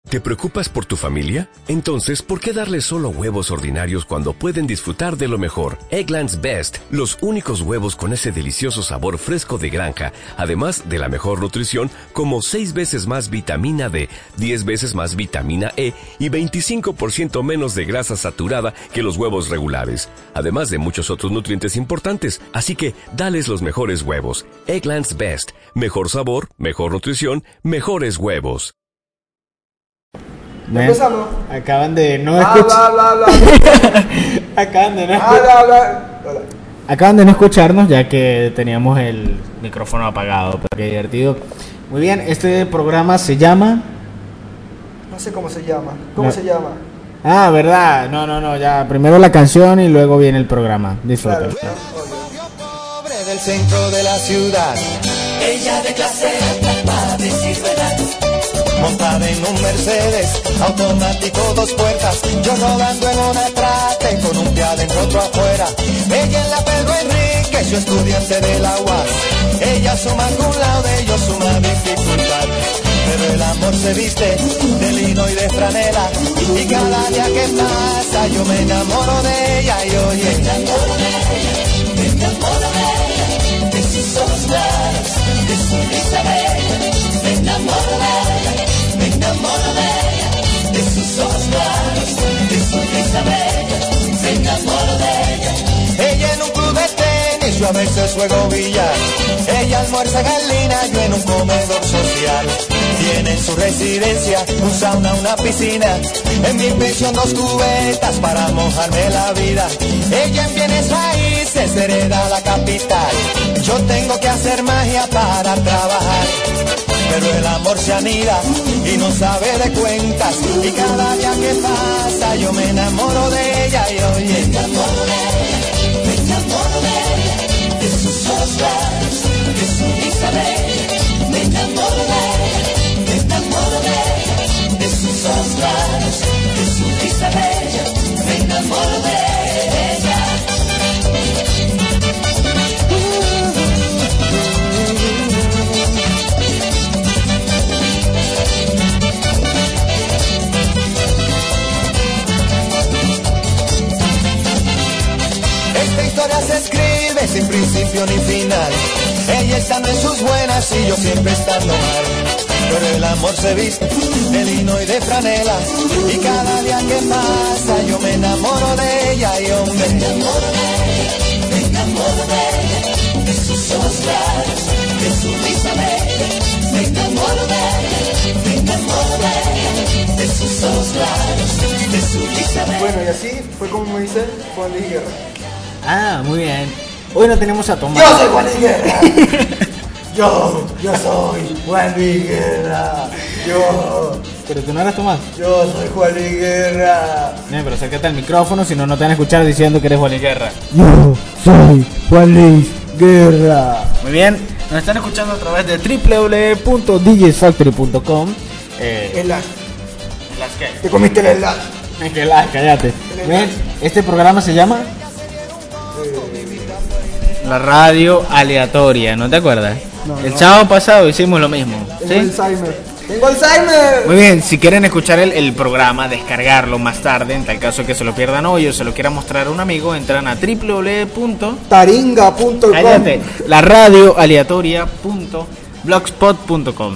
¿Te preocupas por tu familia? Entonces, ¿por qué darles solo huevos ordinarios cuando pueden disfrutar de lo mejor? Eggland's Best, los únicos huevos con ese delicioso sabor fresco de granja, además de la mejor nutrición, como 6 veces más vitamina D, 10 veces más vitamina E y 25% menos de grasa saturada que los huevos regulares, además de muchos otros nutrientes importantes. Así que, dales los mejores huevos. Eggland's Best, mejor sabor, mejor nutrición, mejores huevos. Empezamos. Acaban de no escuchar. Acaban de no escucharnos ya que teníamos el micrófono apagado. Pero qué divertido. Muy bien, este programa se llama. No sé cómo se llama. ¿Cómo se llama? Ah, verdad. No, ya. Primero la canción y luego viene el programa. Disfruten. Claro, Pobre del centro de la ciudad. Ella de clase alta, de verdad. Montada en un Mercedes, automático 2 puertas. Yo rodando en una trate, con un pie adentro, otro afuera. Ella en la Pedro Enrique, yo estudiante de la UAS. Ella suma cum laude, yo suma dificultad. Pero el amor se viste de lino y de franela. Y cada día que pasa yo me enamoro de ella. Y oye, me enamoro de ella, de sus ojos claros, de su risa bella. Me enamoro de ella, me enamoro de ella, de sus ojos claros, de su risa bella. Me enamoro de ella. Ella en un club de tenis, yo a veces juego billar. Ella almuerza galina, yo en un comedor social. Tiene en su residencia un sauna, una piscina. En mi pensión 2 cubetas para mojarme la vida. Ella en bienes raíces hereda la capital. Yo tengo que hacer magia para trabajar. Pero el amor se anida y no sabe de cuentas. Y cada día que pasa yo me enamoro de ella. Y oye, me enamoro de ella, me enamoro de ella, de sus ojos claros, de su risa bella. Me enamoro de ella, me enamoro de ella, de sus ojos claros, de su risa bella. Me enamoro de ella. esta historia se escribe sin principio ni final. Ella estando en sus buenas y yo siempre estando mal. Pero el amor se viste de lino y de franela. Y cada día que pasa yo me enamoro de ella. Y hombre, me enamoro de ella, me enamoro de ella, de sus ojos claros, de su risa bella. Me enamoro de ella, me enamoro de ella, de sus ojos claros, de su risa bella. Bueno, y así fue como me dice Juan Luis Guerra. Ah, muy bien. Hoy no tenemos a Tomás. Yo soy Juan Luis Guerra. Yo soy Juan Luis Guerra. Pero tú no eres Tomás. Yo soy Juan Luis Guerra. Pero acércate al micrófono, si no, no te van a escuchar diciendo que eres Juan Luis Guerra. Yo soy Juan Luis Guerra. Muy bien, nos están escuchando a través de www.djsfactory.com. ¿Las qué? ¿Te comiste el helado? Cállate. Bien, este programa se llama La Radio Aleatoria, ¿no te acuerdas? No, el sábado pasado hicimos lo mismo. Tengo ¿Sí? Alzheimer. Muy bien, si quieren escuchar el programa, descargarlo más tarde, en tal caso que se lo pierdan hoy o se lo quiera mostrar a un amigo, entran a taringa.com. Cállate, la radioaleatoria.blogspot.com.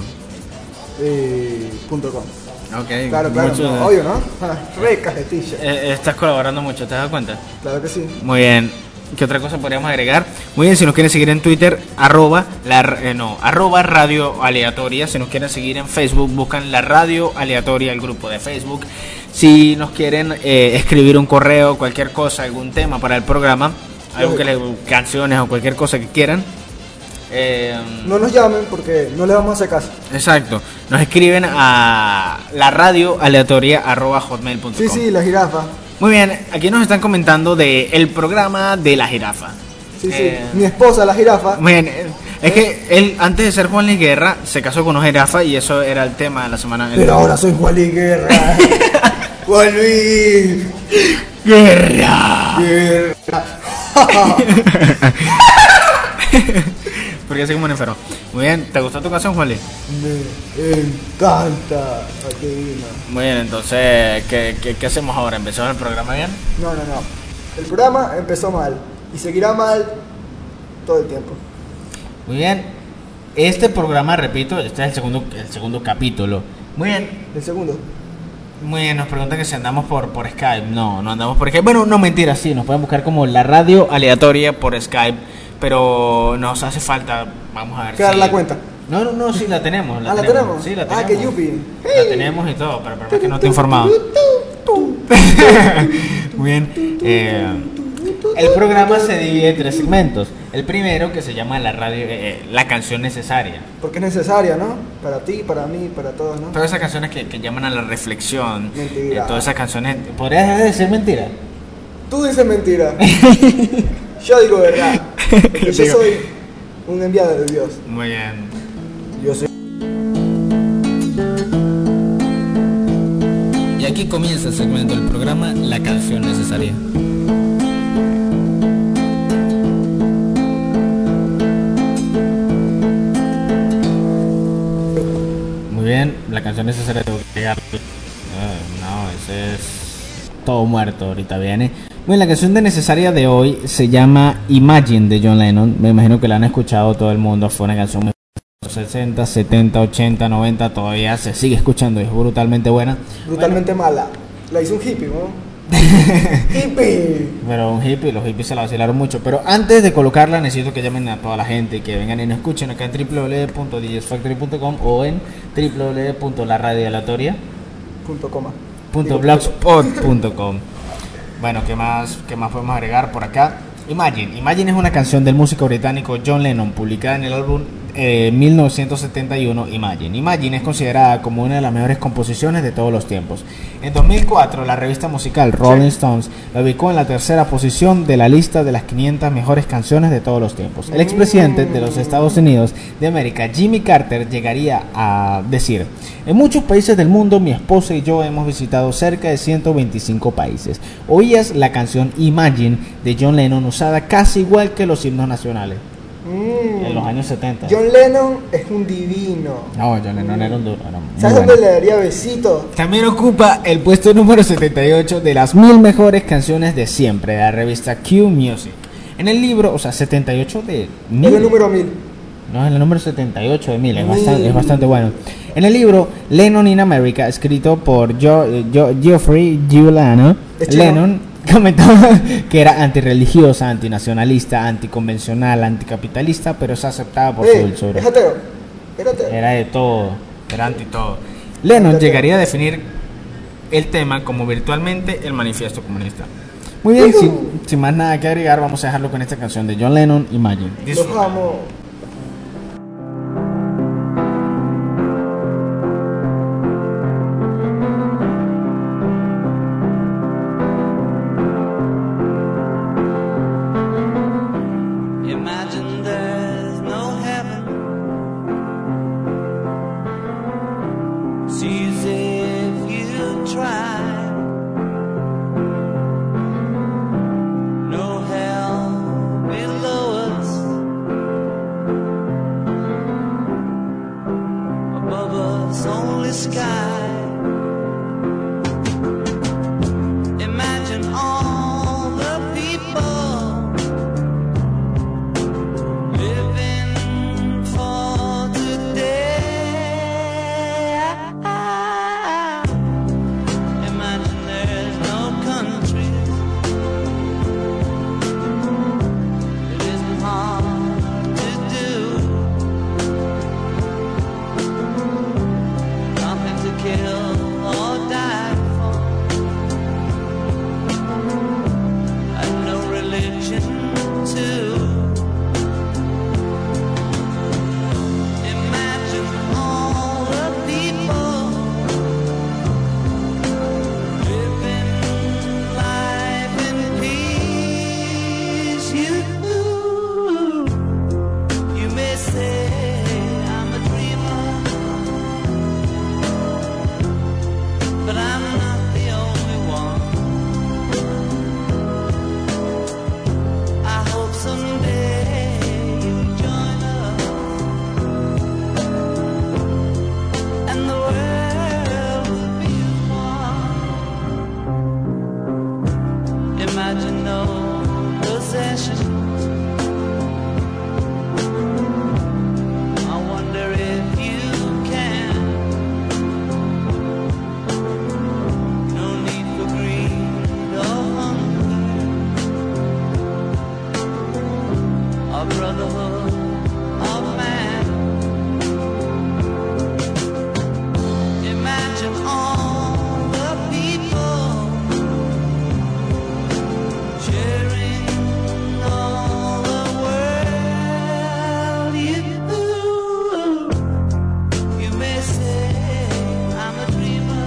.com. Ok, Claro, mucho, no, obvio, ¿no? Re cajetilla. estás colaborando mucho, ¿te das cuenta? Claro que sí. Muy bien. ¿Qué otra cosa podríamos agregar? Muy bien, si nos quieren seguir en Twitter, arroba Radio Aleatoria. Si nos quieren seguir en Facebook, buscan La Radio Aleatoria, el grupo de Facebook. Si nos quieren escribir un correo, cualquier cosa, algún tema para el programa, algo canciones o cualquier cosa que quieran. No nos llamen porque no le vamos a hacer caso. Exacto. Nos escriben a laradioaleatoria@hotmail.com. Sí, la jirafa. Muy bien, aquí nos están comentando del programa de la jirafa. Sí. Mi esposa, la jirafa. Muy bien, es que él, antes de ser Juan Luis Guerra, se casó con una jirafa y eso era el tema de la semana. Pero ahora soy Juan Luis Guerra. Juan Luis Guerra. Porque así como un enfermo. Muy bien, ¿te gustó tu canción, Juanli? Me encanta, adivina. Muy bien, entonces, ¿qué hacemos ahora? ¿Empezamos el programa bien? No. El programa empezó mal y seguirá mal todo el tiempo. Muy bien. Este programa, repito, este es el segundo capítulo. Muy bien. El segundo. Muy bien, nos preguntan que si andamos por Skype. No andamos por Skype. Bueno, no, mentira, sí, nos pueden buscar como la radio aleatoria por Skype. Pero nos hace falta, vamos a ver. ¿Qué dar la cuenta? No, sí, la tenemos. ¿La tenemos? Sí, la tenemos. Ah, que yupi. La tenemos y todo, pero es que no te he informado. Muy bien. El programa se divide en 3 segmentos. El primero, que se llama la canción necesaria. Porque es necesaria, ¿no? Para ti, para mí, para todos, ¿no? Todas esas canciones que llaman a la reflexión. Mentira. Todas esas canciones. ¿Podrías decir mentira? Tú dices mentira. Yo digo verdad. Porque yo soy un enviado de Dios. Muy bien. Yo soy. Y aquí comienza el segmento del programa, la canción necesaria. Muy bien, la canción necesaria tengo que llegar. No, ese es todo muerto, ahorita viene. Bueno, la canción necesaria de hoy se llama Imagine de John Lennon. Me imagino que la han escuchado todo el mundo. Fue una canción muy 60, 70, 80, 90, todavía se sigue escuchando y es brutalmente buena. Brutalmente mala. La hizo un hippie, ¿no? Hippie. Pero un hippie, los hippies se la vacilaron mucho. Pero antes de colocarla necesito que llamen a toda la gente y que vengan y nos escuchen acá en www.djsfactory.com o en www.laradioaleatoria.blogspot.com. Bueno, ¿qué más podemos agregar por acá? Imagine es una canción del músico británico John Lennon, publicada en el álbum 1971 Imagine es considerada como una de las mejores composiciones de todos los tiempos. En 2004 la revista musical Rolling Stones la ubicó en la 3ª posición de la lista de las 500 mejores canciones de todos los tiempos. El expresidente de los Estados Unidos de América, Jimmy Carter, llegaría a decir: en muchos países del mundo mi esposa y yo hemos visitado cerca de 125 países. Oías la canción Imagine de John Lennon usada casi igual que los himnos nacionales. En los años 70. John Lennon es un divino. No, John Lennon era un duro. ¿Sabes dónde le daría besito? También ocupa el puesto número 78 de las 1000 mejores canciones de siempre de la revista Q Music. En el libro, 78 de 1000. Es el número 1000. No, es el número 78 de 1000, es bastante bueno. En el libro Lennon in America, escrito por Geoffrey Giuliano, Lennon comentaba que era antirreligiosa, antinacionalista, anticonvencional, anticapitalista, pero se aceptaba por su dulzura. ¿Es ateo? Era de todo, era anti todo. Lennon llegaría a definir el tema como virtualmente el manifiesto comunista. Muy bien, sin más nada que agregar, vamos a dejarlo con esta canción de John Lennon, Imagine. Los amo. passion. I wonder if you can. No need for greed or hunger, or brotherhood of man. Imagine all the people sharing all the world. You may say I'm a dreamer,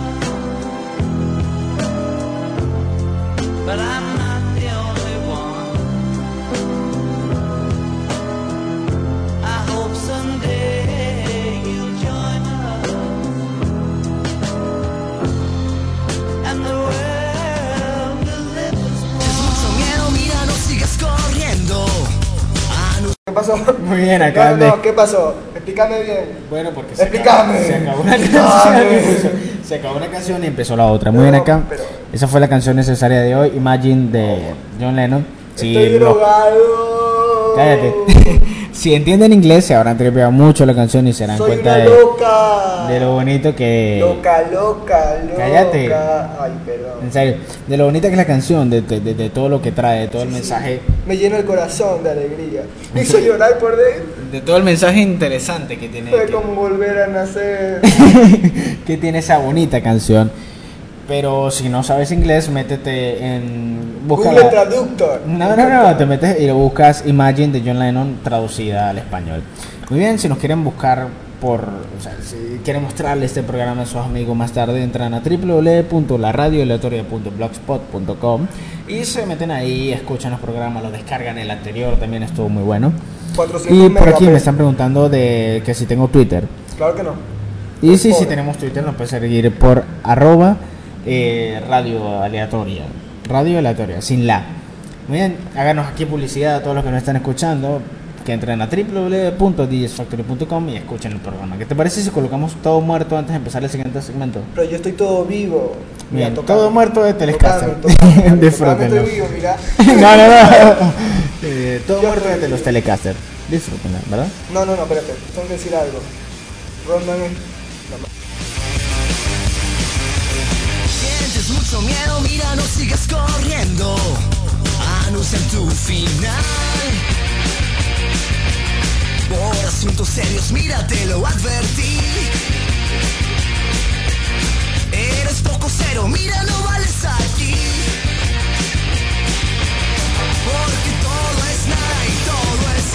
but I'm not the only one. I hope someday you'll join us, and the world will live as Mucho miedo, mira, no sigas corriendo. ¿Qué pasó? Muy bien, No, acá no, ¿qué pasó? Explícame bien. Bueno, porque Explícame. se acabó una Explícame. canción. Se acabó una canción y empezó la otra. Muy bien No, acá. pero- Esa fue la canción necesaria de hoy, Imagine de John Lennon. Si Estoy lo- drogado. Cállate. Si entienden inglés, se habrán tripeado mucho la canción y se darán Soy cuenta una loca. de lo bonito que. Loca, loca. Cállate. Ay, perdón. En serio, de lo bonita que es la canción, de todo lo que trae, de todo el mensaje, Me lleno el corazón de alegría. Me hizo llorar por dentro. de todo el mensaje interesante que tiene. Fue como volver a nacer. Que tiene esa bonita canción. Pero si no sabes inglés, métete en. Google Traductor. No, te metes y lo buscas Imagine de John Lennon traducida al español. Muy bien, si nos quieren buscar o sea, si quieren mostrarle este programa a sus amigos más tarde, entran a www.laradioaleatoria.blogspot.com y se meten ahí, escuchan los programas, los descargan. El anterior también estuvo muy bueno. 400 Y por aquí me megabytes. están preguntando de que si tengo Twitter. Claro que no. Y sí, Pobre. si tenemos Twitter, nos puede seguir por @radio aleatoria. Radio aleatoria, sin la. Muy bien, háganos aquí publicidad a todos los que nos están escuchando. Que entren a www.djsfactory.com y escuchen el programa. ¿Qué te parece si colocamos todo muerto antes de empezar el siguiente segmento? Pero yo estoy todo vivo. Bien, tocame. todo muerto de Telecaster. Tocame, Disfrútenlo. estoy vivo, mira. No. Todo Yo muerto de estoy los vivo. Telecaster. Disfrútenlo, ¿verdad? No, espérate. Tengo que decir algo. Rodman es... Sientes mucho miedo, mira, no sigas corriendo. Anuncia tu final. Por asuntos serios, mira, te lo advertí. Eres poco cero, mira, no vales aquí. Porque todo es nada y todo es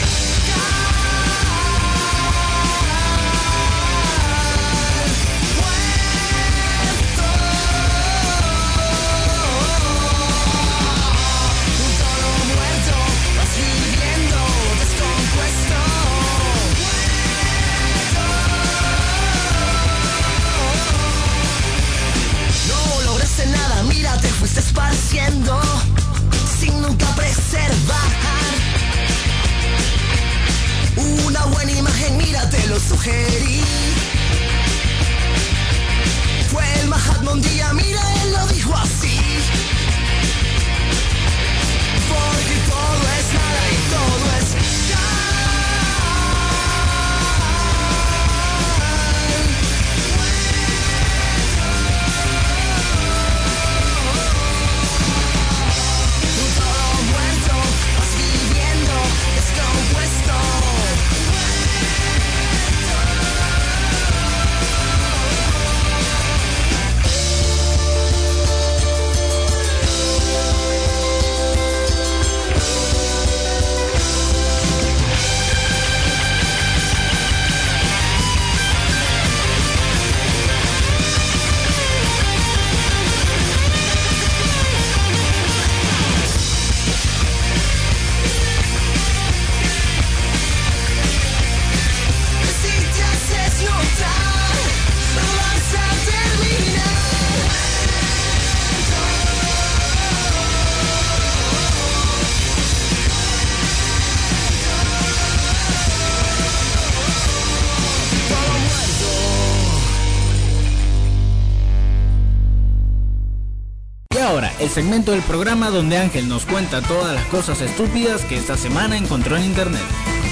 nada, mira, te fuiste esparciendo sin nunca preservar una buena imagen, mira, te lo sugerí. Fue el Mahatma un día, mira, él lo dijo así. Porque todo es nada y todo es ahora, el segmento del programa donde Ángel nos cuenta todas las cosas estúpidas que esta semana encontró en internet.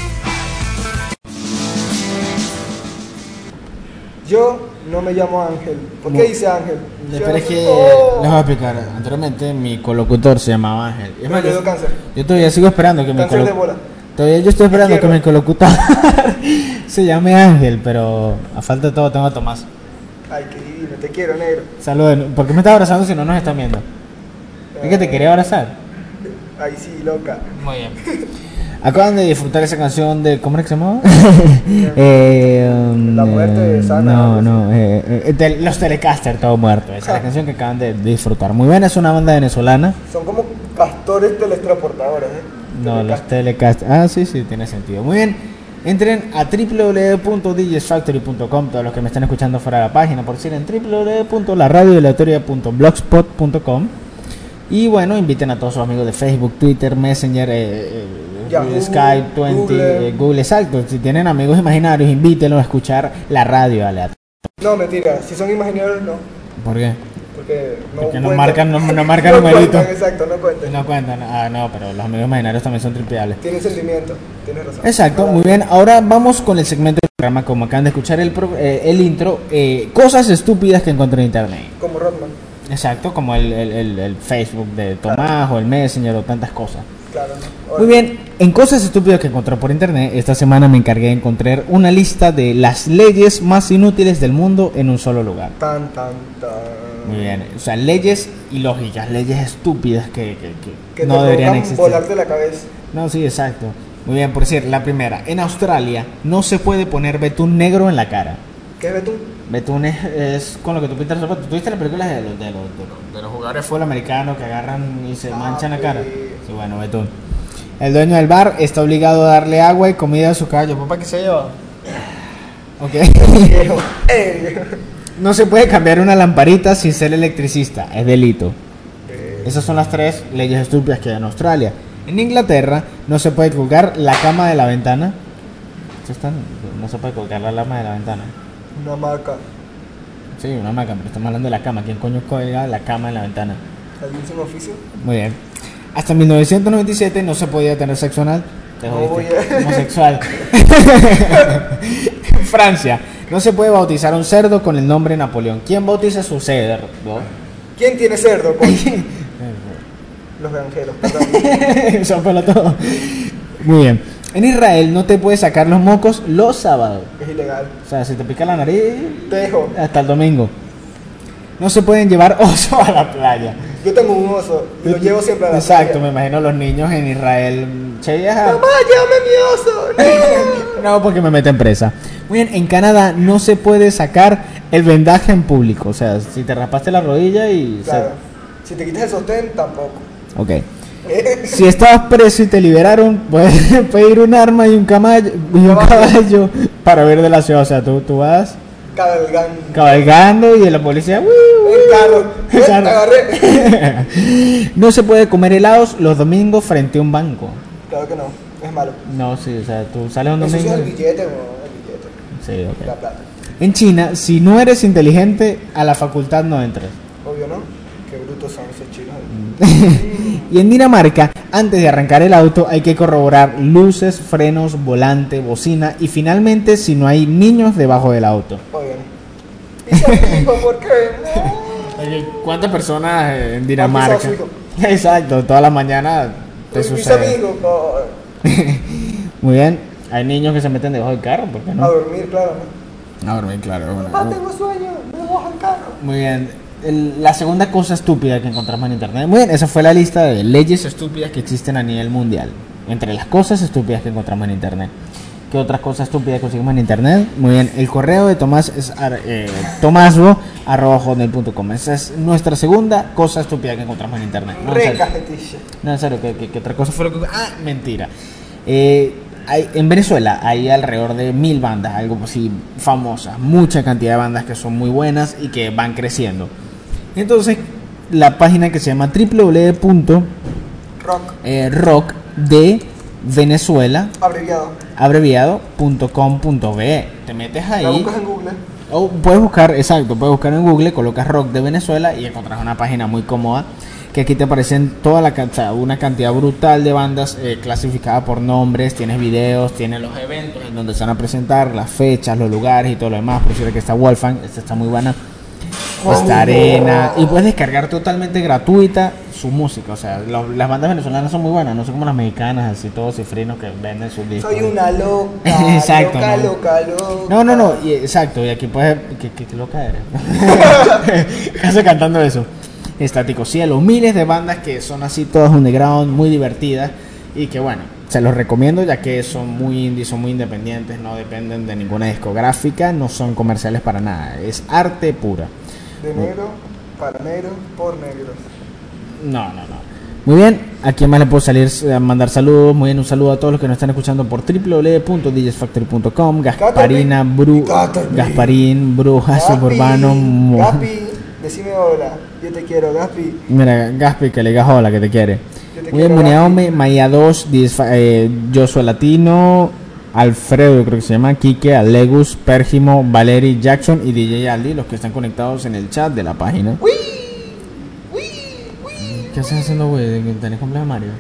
Yo no me llamo Ángel. ¿Por qué dice Ángel? Pero es que les voy a explicar. Anteriormente mi colocutor se llamaba Ángel. Es más, le dio cáncer. yo todavía sigo esperando que mi Cáncer de bola. Todavía yo estoy esperando que quiero. mi colocutor se llame Ángel, pero a falta de todo tengo a Tomás. Ay, qué divino, te quiero, negro. Saludos. ¿Por qué me estás abrazando si no nos están viendo? Es que te quería abrazar. Ay, sí, loca. Muy bien. Acaban de disfrutar esa canción de... ¿Cómo era que se llamaba? La muerte de Sana. No. De los Telecaster, todo muerto. Esa es la canción que acaban de disfrutar. Muy buena, es una banda venezolana. Son como castores teletransportadores, No, los Telecaster. Ah, sí, tiene sentido. Muy bien. Entren a www.djsfactory.com. Todos los que me están escuchando fuera de la página, por decir, en www.laradioaleatoria.blogspot.com. Y bueno, inviten a todos sus amigos de Facebook, Twitter, Messenger, Yahoo, Skype, Google, exacto. Si tienen amigos imaginarios, invítenlos a escuchar la radio aleatoria. No, mentira, si son imaginarios no. ¿Por qué? Porque no Porque no cuentan. marcan, no marcan No numeritos. cuentan, exacto, no cuentan. No cuentan. Ah, no, pero los amigos imaginarios también son tripeables. Tienen sentimiento, tienes razón. Exacto, muy bien. Ahora vamos con el segmento del programa, como acaban de escuchar el intro, cosas estúpidas que encontré en internet. Como Rodman, Exacto, como el Facebook de Tomás o el Messenger o tantas cosas. claro. ¿No? Muy bien, en cosas estúpidas que encontré por internet, esta semana me encargué de encontrar una lista de las leyes más inútiles del mundo en un solo lugar. Tan, tan, tan. Muy bien, o sea, leyes ilógicas, leyes estúpidas que Que no te deberían provocan existir. volarte la cabeza. No, sí, exacto. Muy bien, por decir, la primera, en Australia no se puede poner betún negro en la cara. ¿Qué ves tú? Betún es con lo que tú pintas los zapatos. ¿Tú viste las películas de los jugadores de fútbol americanos que agarran y se manchan la cara? sí. Sí, bueno, betún. El dueño del bar está obligado a darle agua y comida a su caballo. ¿Papá qué se lleva? Ok. Viejo. Viejo. No se puede cambiar una lamparita sin ser electricista. Es delito. Esas son las tres leyes estúpidas que hay en Australia. En Inglaterra no se puede colgar la cama de la ventana. No se puede colgar la lama de la ventana. Una hamaca. Sí, una hamaca, pero estamos hablando de la cama. ¿Quién coño cuelga la cama en la ventana? ¿Alguien sin oficio? Muy bien. Hasta 1997 no se podía tener sexo anal. Te jodiste. Oye. Homosexual. En Francia no se puede bautizar a un cerdo con el nombre Napoleón. ¿Quién bautiza su cerdo? ¿Quién tiene cerdo? coño? Los granjeros, perdón. Son pelotudos. Muy bien. En Israel no te puedes sacar los mocos los sábados. Es ilegal. O sea, si te pica la nariz, Te dejo. hasta el domingo. No se pueden llevar oso a la playa. Yo tengo un oso y lo llevo siempre a la Exacto, playa. me imagino los niños en Israel. Che, vieja. ¡Mamá, llévame mi oso! ¡No! No, porque me meten presa. Muy bien, en Canadá no se puede sacar el vendaje en público. O sea, si te raspaste la rodilla y... Claro. Si te quitas el sostén, tampoco. Ok. Si estabas preso y te liberaron, puedes pedir un arma y un caballo para ver de la ciudad. O sea, tú vas Cabalgando. cabalgando y la policía... El carro. Te agarré. No se puede comer helados los domingos frente a un banco. Claro que no. Es malo. No, sí, o sea, tú sales un Eso sí domingo... es el billete, o el billete. Sí, ok. La plata. En China, si no eres inteligente, a la facultad no entras. Obvio, ¿no? Qué brutos son esos chinos. Y en Dinamarca, antes de arrancar el auto, hay que corroborar luces, frenos, volante, bocina y finalmente si no hay niños debajo del auto. Obvio, ¿no? ¿Y su hijo por qué? No. ¿Cuántas personas en Ha pisado Dinamarca? a su hijo. Exacto, toda la mañana te Mis sucede. amigos, no. Muy bien, hay niños que se meten debajo del carro, ¿por qué A no? dormir, claro, ¿no? A dormir, claro. Papá, tengo sueño. Me bajo al carro. Muy bien. La segunda cosa estúpida que encontramos en internet. Muy bien, esa fue la lista de leyes estúpidas que existen a nivel mundial. Entre las cosas estúpidas que encontramos en internet. ¿Qué otras cosas estúpidas conseguimos en internet? Muy bien, el correo de Tomás es tomasbo@hotmail.com. Esa es nuestra segunda cosa estúpida que encontramos en internet. No, en serio. Recajetilla. No, en serio, ¿qué otra cosa fue lo que... Ah, mentira. En Venezuela hay alrededor de 1000 bandas, algo así famosas, mucha cantidad de bandas que son muy buenas y que van creciendo. Entonces, la página que se llama Rock. rockdevenezuela Abreviado. abreviado.com.be. Te metes La ahí. buscas en Google. O puedes buscar, exacto, puedes buscar en Google, colocas rock de Venezuela y encontrarás una página muy cómoda que aquí te aparecen una cantidad brutal de bandas clasificadas por nombres, tienes videos, tienes los eventos en donde se van a presentar, las fechas, los lugares y todo lo demás. Por cierto que está Wolfgang, esta está muy buena. Está Arena y puedes descargar totalmente gratuita su música. O sea, las bandas venezolanas son muy buenas, no son como las mexicanas, así todos cifrinos que venden sus discos. Soy una loca, Exacto, loca. No, exacto, y aquí puedes, ¿qué loca eres? Casi cantando eso. Estático Cielo, miles de bandas que son así todas underground, muy divertidas y que bueno, se los recomiendo ya que son muy indie, son muy independientes, no dependen de ninguna discográfica, no son comerciales para nada, es arte pura. De negro, para negros, por negros. No. Muy bien, ¿a quién más le puedo mandar saludos? Muy bien, un saludo a todos los que nos están escuchando por www.djsfactory.com. Gasparín, Bruja, Suburbano. Gaspi, decime hola, yo te quiero, Gaspi. Mira, Gaspi, que le digas hola, que te quiere. Muy bien, Muniaome, Maya 2, Joshua Latino, Alfredo, creo que se llama, Quique, Alegus, Pérgimo, Valery, Jackson y DJ Aldi, los que están conectados en el chat de la página. ¿Qué estás haciendo, güey? ¿Tenés cumpleaños Mario?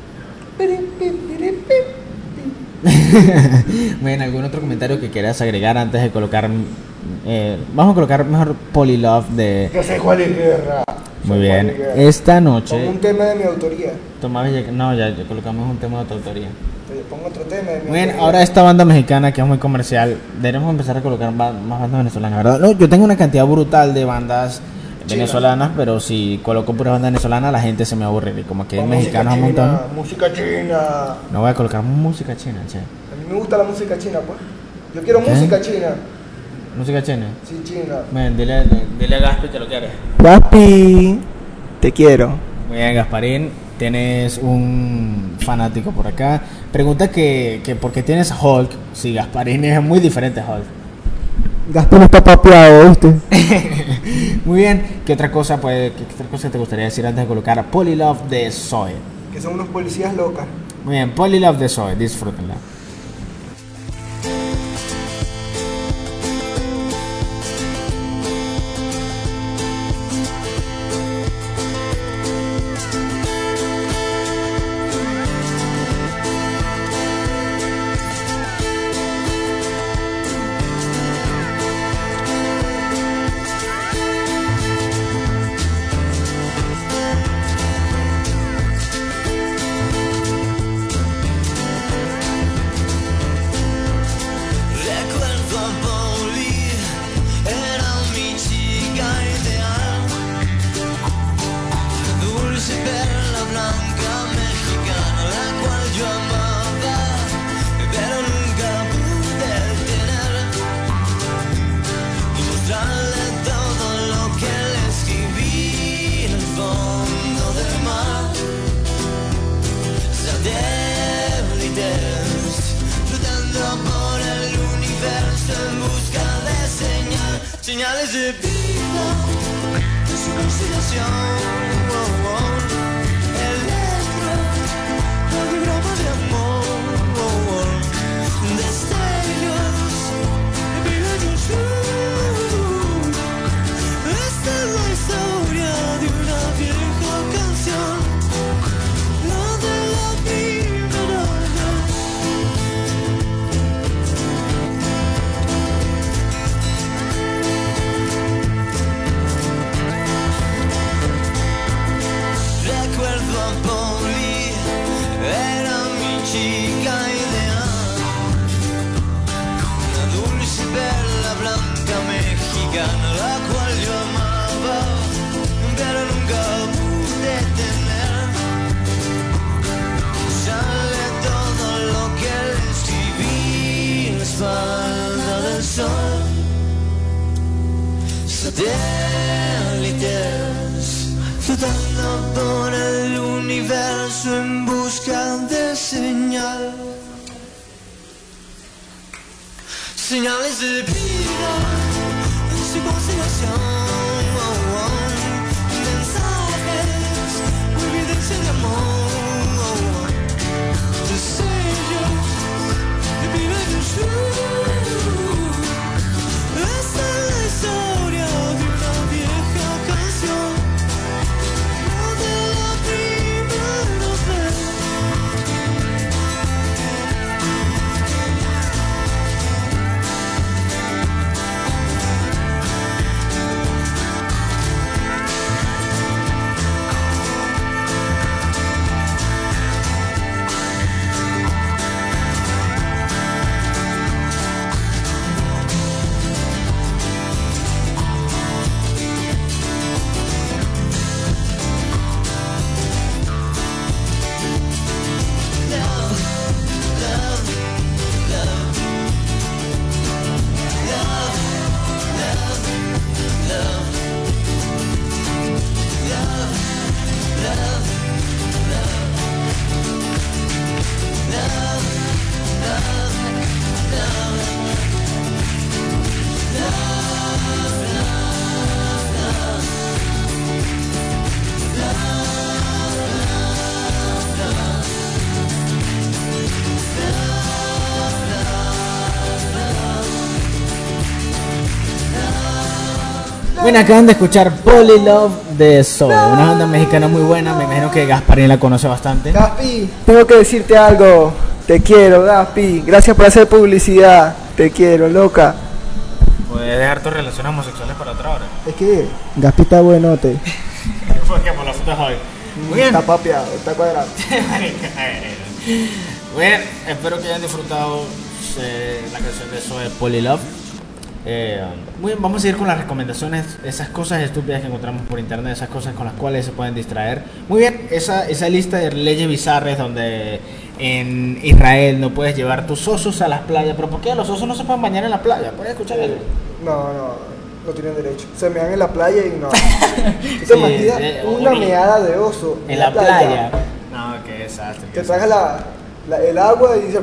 Bueno, ¿algún otro comentario que quieras agregar antes de colocar? Vamos a colocar mejor Polylove de... Yo sé cuál es guerra. Muy bien, esta noche... Pongo un tema de mi autoría. No, ya colocamos un tema de tu autoría. Pongo otro tema de mi Muy bien, autoría. ahora esta banda mexicana que es muy comercial, deberíamos empezar a colocar más bandas venezolanas, ¿verdad? No, yo tengo una cantidad brutal de bandas venezolanas, pero si coloco puras bandas venezolanas la gente se me aburre y como que hay mexicanos un montón. Música china. No voy a colocar música china, che. A mí me gusta la música china, pues. Yo quiero música china. ¿Música china? Sí, china. Ven, dile a Gaspi que lo quieres. Gaspi, te quiero. Muy bien, Gasparín, tienes un fanático por acá. Pregunta que por qué tienes a Hulk. Sí, Gasparín es muy diferente a Hulk. Gaspi no está papeado, ¿viste? Muy bien, ¿qué otra cosa te gustaría decir antes de colocar a Polylove de Zoe? Que son unos policías locas. Muy bien, Polylove de Zoe, disfrútenla. Señales de vida, de su conciliación, electro, programa de amor, destellos, de milenios luz. Esta es la historia de una vieja canción, la de la primera vez. Recuerdo a Polly, era mi chica ideal, una dulce perla blanca mexicana, la cual yo amaba, pero nunca pude tener. Sale todo lo que le escribí en la espalda del sol. Satélites flotando por el universo en busca de señal. Señales de vida, de su constelación, mensajes, evidencia de amor, destellos de milenios luz. Esta es Bueno, acaban de escuchar Poly Love de Zoe, una banda mexicana muy buena. Me imagino que Gasparín la conoce bastante. Gaspi, tengo que decirte algo. Te quiero, Gaspi. Gracias por hacer publicidad. Te quiero, loca. Puedes dejar tus relaciones homosexuales para otra hora. Es que Gaspi está buenote. Porque por las fotos hoy. Muy bien. Está papeado, está cuadrado. Bueno, espero que hayan disfrutado la canción de Zoe, Poly Love. Muy bien, vamos a ir con las recomendaciones, esas cosas estúpidas que encontramos por internet, esas cosas con las cuales se pueden distraer. Muy bien, esa lista de leyes bizarras donde en Israel no puedes llevar tus osos a las playas. ¿Pero por qué? Los osos no se pueden bañar en la playa. ¿Puedes escuchar eso? No tienen derecho. Se mean en la playa y no. ¿Te imaginas una meada de oso en la playa? No, qué desastre. Te tragas el agua y dice...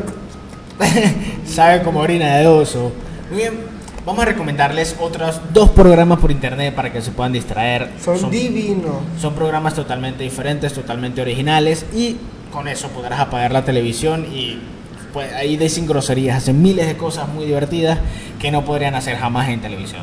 Sabe como orina de oso. Muy bien. Vamos a recomendarles otros 2 programas por internet para que se puedan distraer. Son divinos. Son programas totalmente diferentes, totalmente originales, y con eso podrás apagar la televisión y pues ahí dicen groserías, hacen miles de cosas muy divertidas que no podrían hacer jamás en televisión.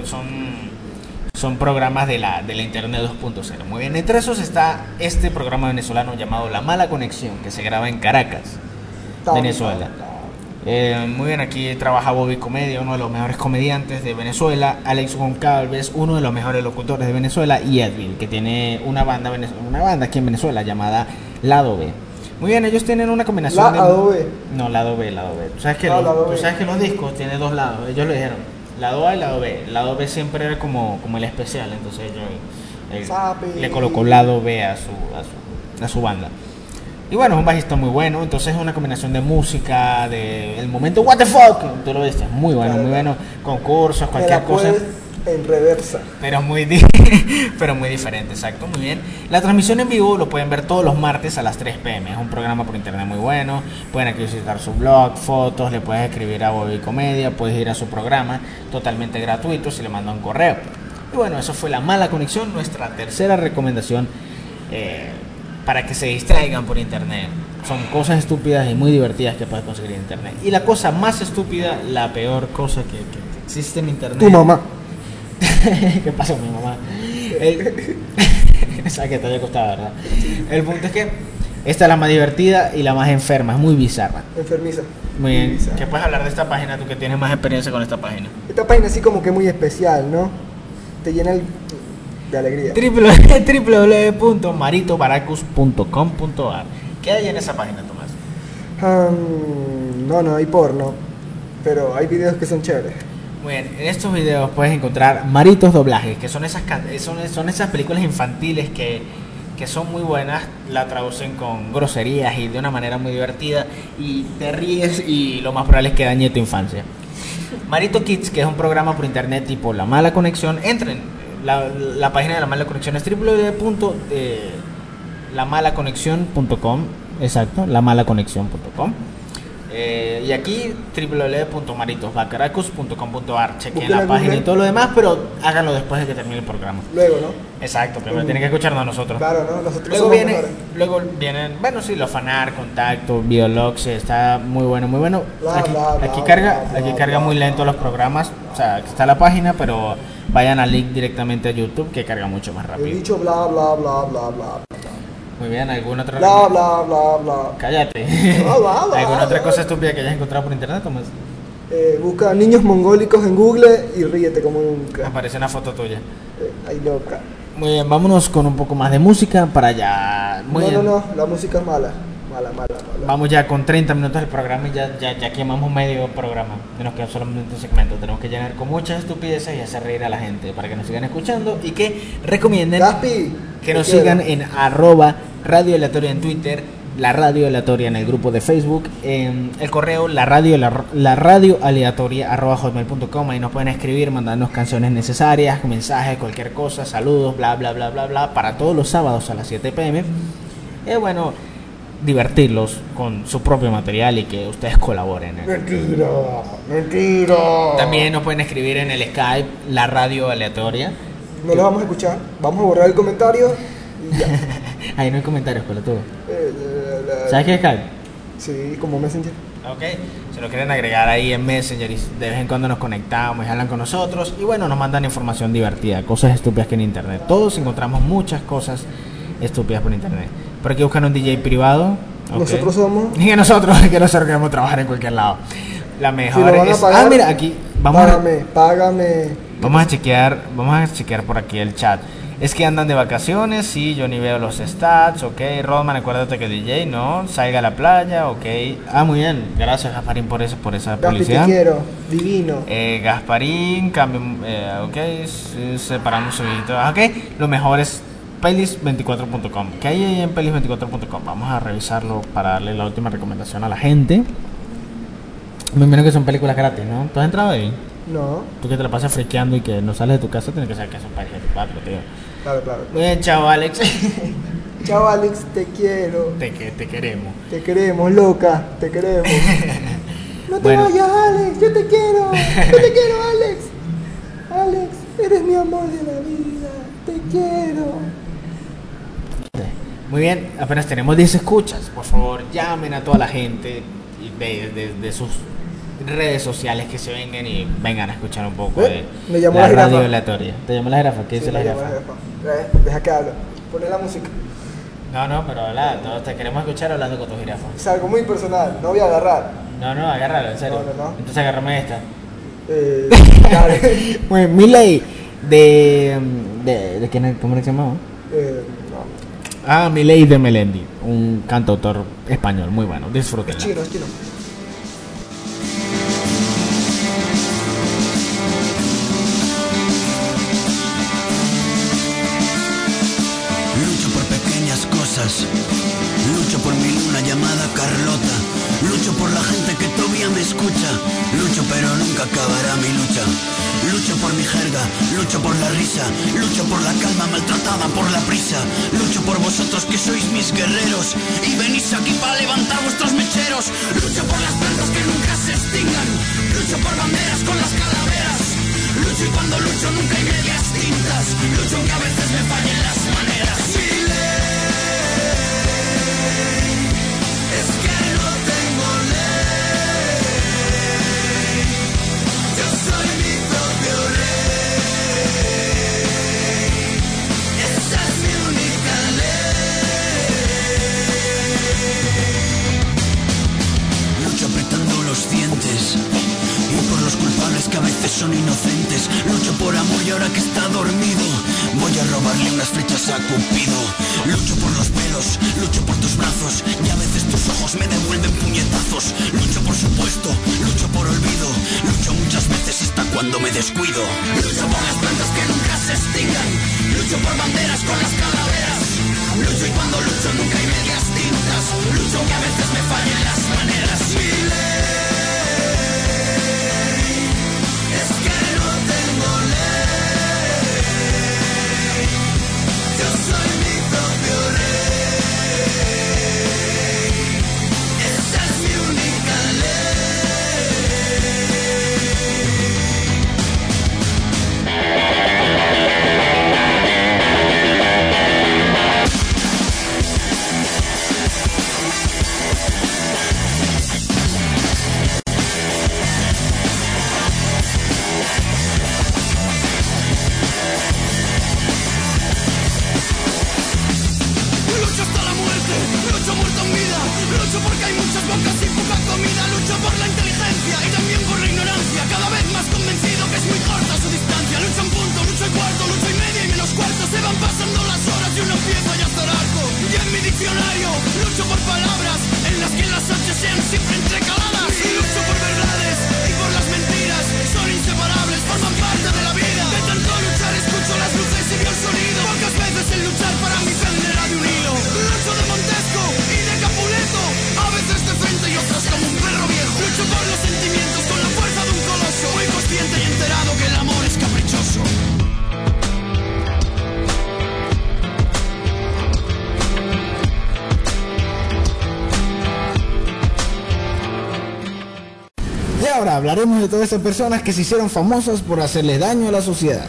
Son programas de la internet 2.0. Muy bien, entre esos está este programa venezolano llamado La Mala Conexión, que se graba en Caracas, Venezuela. Muy bien, aquí trabaja Bobby Comedia, uno de los mejores comediantes de Venezuela, Alex Goncalves, uno de los mejores locutores de Venezuela, y Edwin, que tiene una banda aquí en Venezuela llamada Lado B. Muy bien, ellos tienen una combinación Lado B. No, Lado B. ¿Tú sabes que los discos tienen 2 lados? Ellos lo dijeron, lado A y lado B. Lado B siempre era como el especial, entonces él le colocó lado B a su banda. Y bueno, es un bajista muy bueno, entonces es una combinación de música, el momento what the fuck, tú lo viste, muy bueno, concursos, cualquier cosa. En reversa. Pero muy diferente, exacto, muy bien. La transmisión en vivo lo pueden ver todos los martes a las 3 p.m. Es un programa por internet muy bueno. Pueden aquí visitar su blog, fotos, le puedes escribir a Bobby Comedia, puedes ir a su programa totalmente gratuito si le manda un correo. Y bueno, eso fue La Mala Conexión, nuestra tercera recomendación para que se distraigan por internet. Son cosas estúpidas y muy divertidas que puedes conseguir en internet. Y la cosa más estúpida, la peor cosa que existe en internet. Tu mamá. ¿Qué pasa con mi mamá? Esa que te haya costado, ¿verdad? El punto es que esta es la más divertida y la más enferma, es muy bizarra. Enfermiza. Muy bien. Bizarra. ¿Qué puedes hablar de esta página, tú que tienes más experiencia con esta página? Esta página así como que muy especial, ¿no? Te llena de alegría. www.maritobaracus.com.ar. ¿Qué hay en esa página, Tomás? No hay porno, pero hay videos que son chéveres. Muy bien, en estos videos puedes encontrar Maritos Doblajes, que son esas películas infantiles que son muy buenas, la traducen con groserías y de una manera muy divertida, y te ríes y lo más probable es que dañe tu infancia. Marito Kids, que es un programa por internet tipo La Mala Conexión, entren, la página de La Mala Conexión es www.lamalaconexion.com, exacto, lamalaconexion.com. Y aquí www.maritosbaracus.com.ar. Chequen la página y todo lo demás, pero háganlo después de que termine el programa. Luego, ¿no? Exacto, primero tienen que escucharnos a nosotros. Claro, ¿no? Nosotros Luego vienen, bueno, sí, los fanar, contacto, videologs, está muy bueno, muy bueno. Aquí carga muy lento los programas, o sea, aquí está la página, pero vayan al link directamente a YouTube que carga mucho más rápido. He dicho bla, bla, bla, bla, bla. Muy bien, ¿alguna otra? Bla, bla, bla, bla. Cállate. Bla, bla, bla, ¿Alguna otra bla. cosa estúpida que hayas encontrado por internet, Tomás? Busca niños mongólicos en Google y ríete como nunca. Aparece una foto tuya. Ay, loca. Muy bien, vámonos con un poco más de música para ya. No, la música es mala. Mala. Vamos ya con 30 minutos del programa y ya quemamos medio programa. Nos queda solamente un segmento. Tenemos que llenar con muchas estupideces y hacer reír a la gente para que nos sigan escuchando y que recomienden Gaspi, que nos sigan en @Radio Aleatoria en Twitter, la Radio Aleatoria en el grupo de Facebook, en el correo la radio aleatoria @hotmail.com. Ahí nos pueden escribir, mandarnos canciones necesarias, mensajes, cualquier cosa, saludos, bla bla bla bla bla, para todos los sábados a las 7 p.m. Bueno, divertirlos con su propio material y que ustedes colaboren. Mentira. También nos pueden escribir en el Skype, la Radio Aleatoria. No lo vamos a escuchar. Vamos a borrar el comentario y ya. Ahí no hay comentarios, pelotudo. ¿Sabes qué es Skype? Sí, como Messenger. Ok, se lo quieren agregar ahí en Messenger y de vez en cuando nos conectamos y hablan con nosotros y bueno, nos mandan información divertida, cosas estúpidas que en internet. Todos encontramos muchas cosas estúpidas por internet. Por aquí buscan un DJ privado. Okay. Nosotros somos. Y que nosotros queremos trabajar en cualquier lado. La mejor Si lo van a es. pagar, Mira, aquí págame. Vamos a chequear por aquí el chat. Es que andan de vacaciones, sí, yo ni veo los stats, ok. Rodman, acuérdate que DJ, no, salga a la playa, ok. Ah, muy bien, gracias Gasparín por esa Gaspi, publicidad. te quiero, divino. Gasparín, cambio, ok, separamos un poquito, ok. Lo mejor es pelis24.com. ¿Qué hay ahí en pelis24.com? Vamos a revisarlo para darle la última recomendación a la gente. Me imagino que son películas gratis, ¿no? ¿Tú has entrado ahí? No, Tú que te la pasas friqueando y que no sales de tu casa, tienes que saber que son Paris 24, tío. claro. Muy bien, chao, Alex. Chao, Alex, te quiero. te queremos. Te queremos, loca, te queremos. No te Bueno. vayas, Alex, yo te quiero. Yo te quiero, Alex. Alex, eres mi amor de la vida. Te quiero. Muy bien, apenas tenemos 10 escuchas. Por favor, llamen a toda la gente de sus redes sociales que se vengan a escuchar un poco de Me llamó la la jirafa. radio aleatoria. ¿Te llamó la jirafa? ¿Qué dice Sí, la me llama jirafa? Deja que hable. Poné la música. No, pero habla, todos te queremos escuchar hablando con tu jirafa. Es algo muy personal, no voy a agarrar. No, agárralo, en serio. No. Entonces agárrame esta. Dale. Bueno, Miley de quién, ¿cómo se llamaba? No. Ah, Miley de Melendi, un cantautor español muy bueno, disfrútenla. Es chino. Lucho por pequeñas cosas, lucho por mi luna llamada Carlota, lucho por la gente que todavía me escucha, lucho pero nunca acabará mi lucha. Lucho por mi jerga, lucho por la risa, lucho por la calma maltratada por la prisa, lucho por vosotros que sois mis guerreros y venís aquí para levantar vuestros mecheros. Lucho por las plantas que nunca se extingan, lucho por banderas con las calaveras, lucho y cuando lucho nunca hay medias tintas, lucho aunque a veces me fallen las maneras. Mi ley es que no tengo ley, yo soy mi propio rey, esa es mi única ley. Lucho apretando los dientes y por los culpables que a veces son inocentes. Lucho por amor y ahora que está dormido voy a robarle unas flechas a Cupido. Lucho por los pelos, lucho por tus brazos y a veces tus ojos me devuelven puñetazos. Lucho por supuesto, lucho por olvido, lucho muchas veces hasta cuando me descuido. Lucho por las plantas que nunca se extingan, lucho por banderas con las calaveras, lucho y cuando lucho nunca hay medias tintas, lucho que a veces me fallen las maneras. Mi ley es que no tengo ley, yo soy mi propio rey, esa es mi única Lucho hasta la muerte, lucho muerto en vida, lucho porque hay muchas bocas y poca comida, lucho por la inteligencia y también por la ignorancia, cada vez más convencido que es muy corta su distancia. Lucho en punto, lucho en cuarto, lucho y media y menos cuarto, se van pasando las horas y uno empieza ya a hacer algo. Y en mi diccionario, lucho por palabras en las que las H sean siempre entrecaladas. Lucho por verdades y por las mentiras, son inseparables, forman parte de la vida. De tanto luchar escucho las luces y veo el sonido, pocas veces el luchar para mí penderá de un hilo. Lucho de Montesco y de Capuleto, a veces de frente y otras como un perro viejo. Lucho por los sentimientos con la fuerza de un coloso, muy consciente y enterado que el amor es caprichoso. Y ahora hablaremos de todas esas personas que se hicieron famosas por hacerles daño a la sociedad.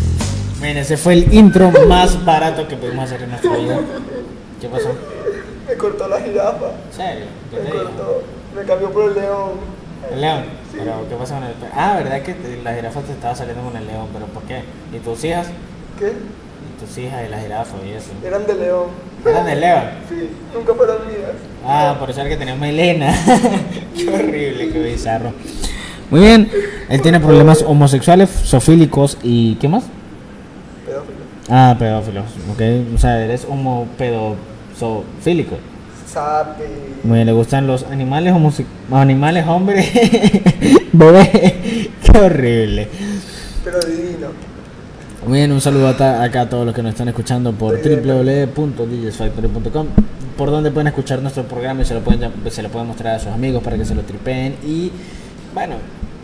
Miren, ese fue el intro más barato que pudimos hacer en nuestra vida. ¿Qué pasó? Me cortó la jirafa. ¿En serio? ¿Qué Me te dijo? cortó. Me cambió por el león. ¿El león? Sí. ¿Pero qué pasa con el ¿verdad que la jirafa te estaba saliendo con el león? ¿Pero por qué? ¿Y tus hijas? ¿Qué? ¿Y tus hijas y la jirafa y eso? Eran de león. ¿Eran de león? Sí, nunca fueron mías. Ah, por eso era que tenía melena. Qué horrible, qué bizarro. Muy bien, él tiene problemas homosexuales, zoofílicos y ¿qué más? Pedófilo. Ah, pedófilos, ok. O sea, eres homopedofílico. Sape. Muy bien, le gustan los animales animales, hombres, bebé. Qué horrible. Pero divino. Muy bien, un saludo acá a todos los que nos están escuchando por www.djsfactory.com, por donde pueden escuchar nuestro programa y se lo pueden mostrar a sus amigos para que se lo tripeen y, bueno,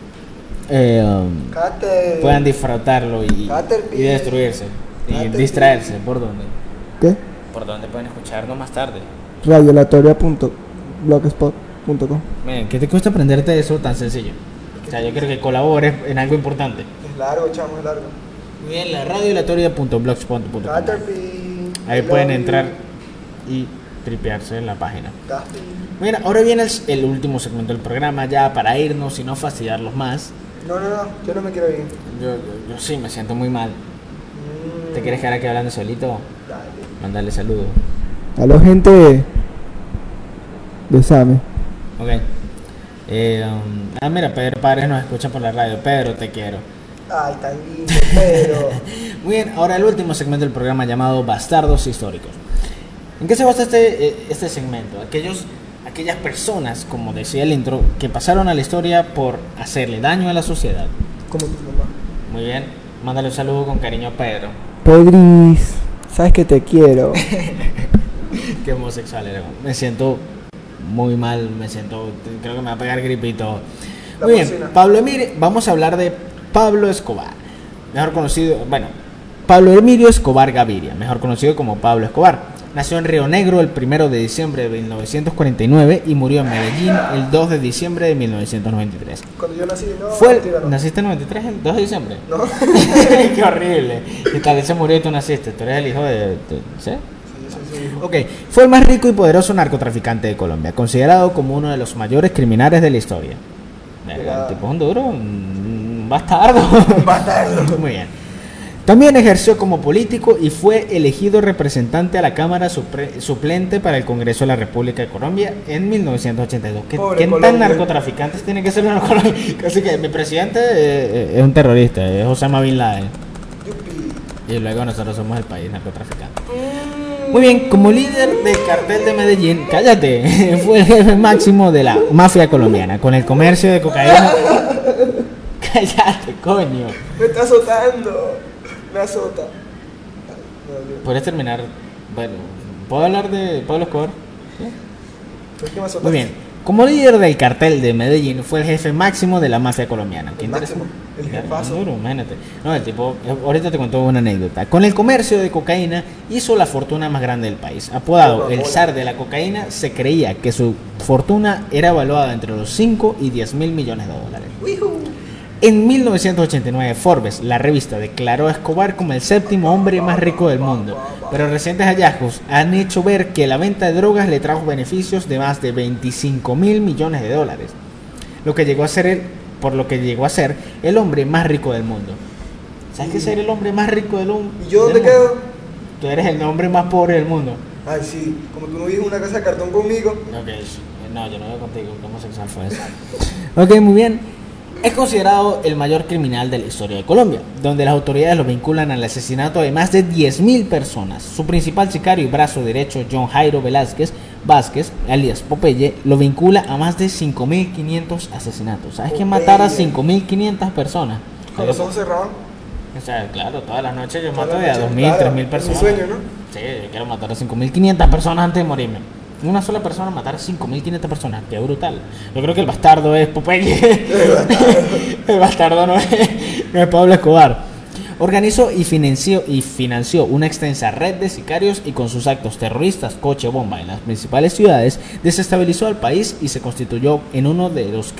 Cate. puedan disfrutarlo y destruirse y Caterpillar. distraerse. ¿Por dónde? ¿Qué? ¿Por dónde pueden escucharnos más tarde? Radioalatoria.blogspot.com. Miren, ¿qué te cuesta aprenderte eso tan sencillo? O sea, yo creo que colabores en algo importante. Es largo, chamo, es largo. Muy bien, la radioalatoria.blogspot.com. Caterpillar. Ahí pueden entrar y tripearse en la página. Caterpillar. Bueno, ahora viene el último segmento del programa, ya para irnos y no fastidiarlos más. No, yo no me quiero ir. Yo sí me siento muy mal. ¿Te quieres quedar aquí hablando solito? Dale. Mandarle saludos. Aló, gente. Besame. Ok. Mira, Pedro Padres nos escucha por la radio. Pedro, te quiero. Ay, tan lindo, pero. Muy bien, ahora el último segmento del programa llamado Bastardos Históricos. ¿En qué se basa este segmento? Aquellas personas, como decía el intro, que pasaron a la historia por hacerle daño a la sociedad. Como tu mamá. Muy bien, mándale un saludo con cariño a Pedro. Pedris, sabes que te quiero. Qué homosexual era. Me siento muy mal, creo que me va a pegar gripito. La Muy bien, porcina. Pablo Emilio, vamos a hablar de Pablo Escobar, mejor conocido, Pablo Emilio Escobar Gaviria, mejor conocido como Pablo Escobar. Nació en Río Negro el 1 de diciembre de 1949 y murió en Medellín el 2 de diciembre de 1993. Cuando yo nací, no. mentira, no. ¿Naciste en 93 el 2 de diciembre? No. Qué horrible. Y tal vez se murió y tú naciste. Tú eres el hijo ¿sí? Sí. Ok, fue el más rico y poderoso narcotraficante de Colombia, considerado como uno de los mayores criminales de la historia. El tipo es un duro, un bastardo. Bastardo. Muy bien. También ejerció como político y fue elegido representante a la Cámara suplente para el Congreso de la República de Colombia en 1982. ¿Qué Pobre tan Colombia. narcotraficantes tiene que ser una Colombia? Casi que mi presidente es un terrorista, es Osama Bin Laden. Yupi. Y luego nosotros somos el país narcotraficante. Muy bien, como líder del cartel de Medellín, cállate, fue el jefe máximo de la mafia colombiana, con el comercio de cocaína. Cállate, coño. Me está azotando. Me azota. ¿Puedes terminar? Bueno, ¿puedo hablar de Pablo Escobar? ¿Sí? ¿Por qué me azotas? Muy bien. Como líder del cartel de Medellín, fue el jefe máximo de la mafia colombiana. ¿Qué El máximo, el interesante? jefazo. Duro, imagínate. No, el tipo, ahorita te contó una anécdota. Con el comercio de cocaína hizo la fortuna más grande del país. Apodado el zar de la cocaína, se creía que su fortuna era evaluada entre los 5 y 10 mil millones de dólares. Uijú. En 1989, Forbes, la revista, declaró a Escobar como el séptimo hombre más rico del mundo, pero recientes hallazgos han hecho ver que la venta de drogas le trajo beneficios de más de 25 mil millones de dólares, por lo que llegó a ser el hombre más rico del mundo. ¿Sabes qué es ser el hombre más rico del mundo? ¿Y yo dónde quedo? Tú eres el hombre más pobre del mundo. Ay, sí. Como tú no vives en una casa de cartón conmigo. Ok, no, yo no voy contigo, ¿cómo sexual fue eso? Ok, muy bien. Es considerado el mayor criminal de la historia de Colombia, donde las autoridades lo vinculan al asesinato de más de 10.000 personas. Su principal sicario y brazo derecho, John Jairo Vázquez, alias Popeye, lo vincula a más de 5.500 asesinatos. ¿Sabes quién matara a 5.500 personas? Con los ojos cerrados. O sea, claro, todas las noches yo Todas mato las de a noches, 2.000, claro, 3.000 es mi personas. sueño, ¿no? Sí, yo quiero matar a 5.500 personas antes de morirme. Una sola persona matar a 5.500 personas, qué brutal. Yo creo que el bastardo es Popeye. El bastardo no es Pablo Escobar. Organizó y financió una extensa red de sicarios y con sus actos terroristas, coche bomba en las principales ciudades, desestabilizó al país y se constituyó en uno de los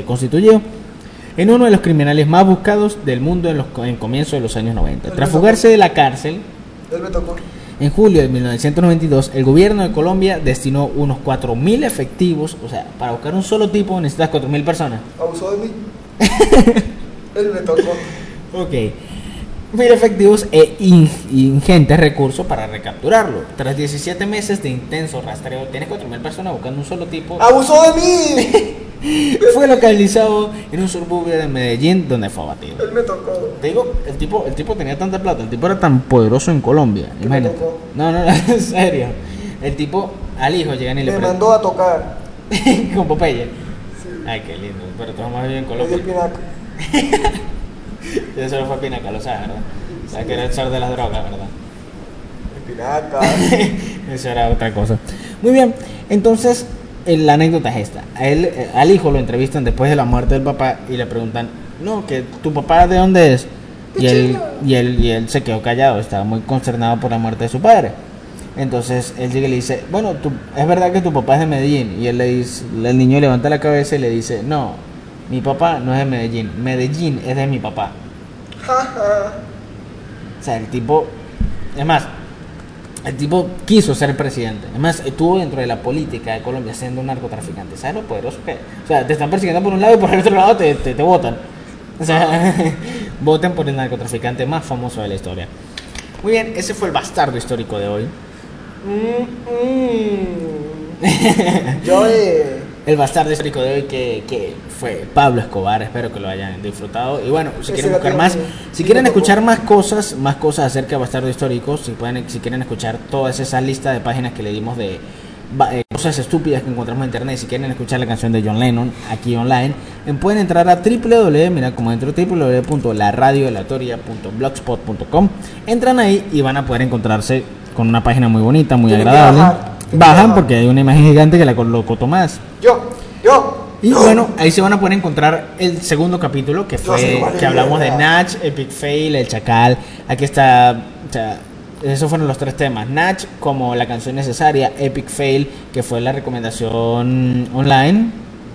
criminales más buscados del mundo en comienzo de los años 90. Tras fugarse de la cárcel, Él me tocó. En julio de 1992, el gobierno de Colombia destinó unos 4.000 efectivos, o sea, para buscar un solo tipo necesitas 4.000 personas. Abusó de mí. Él me tocó. Ok. 1.000 efectivos e ingentes recursos para recapturarlo. Tras 17 meses de intenso rastreo, tienes 4.000 personas buscando un solo tipo. ¡Abusó de mí! Fue localizado en un suburbio de Medellín donde fue abatido. Él me tocó. Te digo, el tipo tenía tanta plata, el tipo era tan poderoso en Colombia. ¿Qué Imagínate. me tocó? No, en serio. El tipo al hijo llegan y le Me preguntan. mandó a tocar. Con Popeye. Sí. Ay, qué lindo. Pero tú jamás vivido en Me dio Colombia. el pinaco. Eso solo fue Pinaca, lo sabes, ¿verdad? O sea, que era el zar de las drogas, ¿verdad? El pinaca. Eso era otra cosa. Muy bien, entonces la anécdota es esta. A él, al hijo lo entrevistan después de la muerte del papá y le preguntan, no, que tu papá ¿de dónde es? Y él se quedó callado, estaba muy consternado por la muerte de su padre. Entonces él llega y le dice, bueno, es verdad que tu papá es de Medellín. Y él le dice, el niño levanta la cabeza y le dice, no, mi papá no es de Medellín, Medellín es de mi papá. O sea, el tipo, es más, el tipo quiso ser presidente. Además, estuvo dentro de la política de Colombia siendo un narcotraficante. ¿Sabes lo poderoso que es? O sea, te están persiguiendo por un lado y por el otro lado te votan. O sea, voten por el narcotraficante más famoso de la historia. Muy bien, ese fue el bastardo histórico de hoy. Yo El bastardo histórico de hoy que fue Pablo Escobar. Espero que lo hayan disfrutado. Y bueno, si Ese quieren la buscar tengo más, bien. si Sí, quieren me tocó. escuchar más cosas acerca de bastardo histórico, si quieren escuchar todas esas listas de páginas que le dimos de cosas estúpidas que encontramos en internet, si quieren escuchar la canción de John Lennon aquí online, pueden entrar a www.larradioaleatoria.blogspot.com. Entran ahí y van a poder encontrarse con una página muy bonita, muy Tienen que agradable. bajar. Bajan porque hay una imagen gigante que la colocó Tomás. Yo. Y bueno, ahí se van a poder encontrar el segundo capítulo que Yo sé fue cuál es, que hablamos de ¿verdad? Natch, Epic Fail, El Chacal. Aquí está, o sea, esos fueron los tres temas. Natch como la canción necesaria, Epic Fail que fue la recomendación online.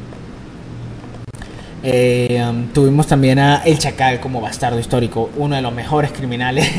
Tuvimos también a El Chacal como bastardo histórico, uno de los mejores criminales,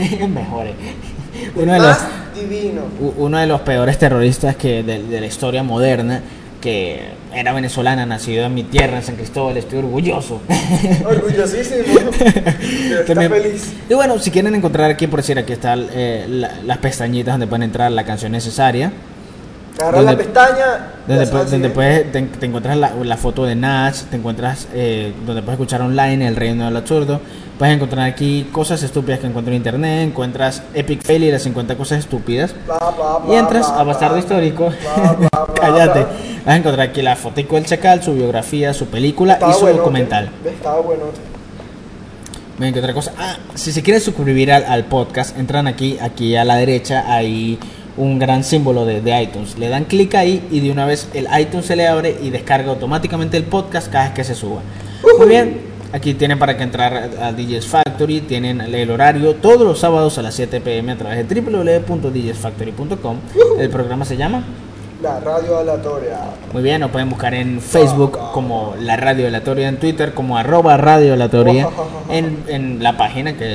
Más divino. uno de los peores terroristas de la historia moderna, que era venezolana, nacido en mi tierra, en San Cristóbal. Estoy orgulloso. Orgullosísimo. Está También- feliz. Y bueno, si quieren encontrar aquí, por decir, aquí están las pestañitas donde pueden entrar la canción necesaria. Agarrar la Donde- pestaña. Donde, ya sabes, donde ¿sí? puedes, te encuentras la foto de Natch, te encuentras donde puedes escuchar online El Reino del Absurdo. Puedes encontrar aquí cosas estúpidas que encuentro en internet. Encuentras Epic Fail y las 50 cosas estúpidas. Bla, Y entras bla, a Bastardo bla, Histórico. bla, bla, bla, Cállate. bla. Vas a encontrar aquí la fotico del Chacal, su biografía, su película Estaba y su bueno, documental. Estaba bueno. Miren que otra cosa. Si se quieren suscribir al podcast, entran aquí a la derecha, hay un gran símbolo de iTunes. Le dan clic ahí y de una vez el iTunes se le abre y descarga automáticamente el podcast cada vez que se suba. Muy bien. Aquí tienen para que entrar a DJs Factory, tienen el horario todos los sábados a las 7 p.m. a través de www.djsfactory.com. El programa se llama La radio aleatoria. Muy bien, nos pueden buscar en Facebook como La Radio Aleatoria, en Twitter como @Radio Aleatoria, en la página que es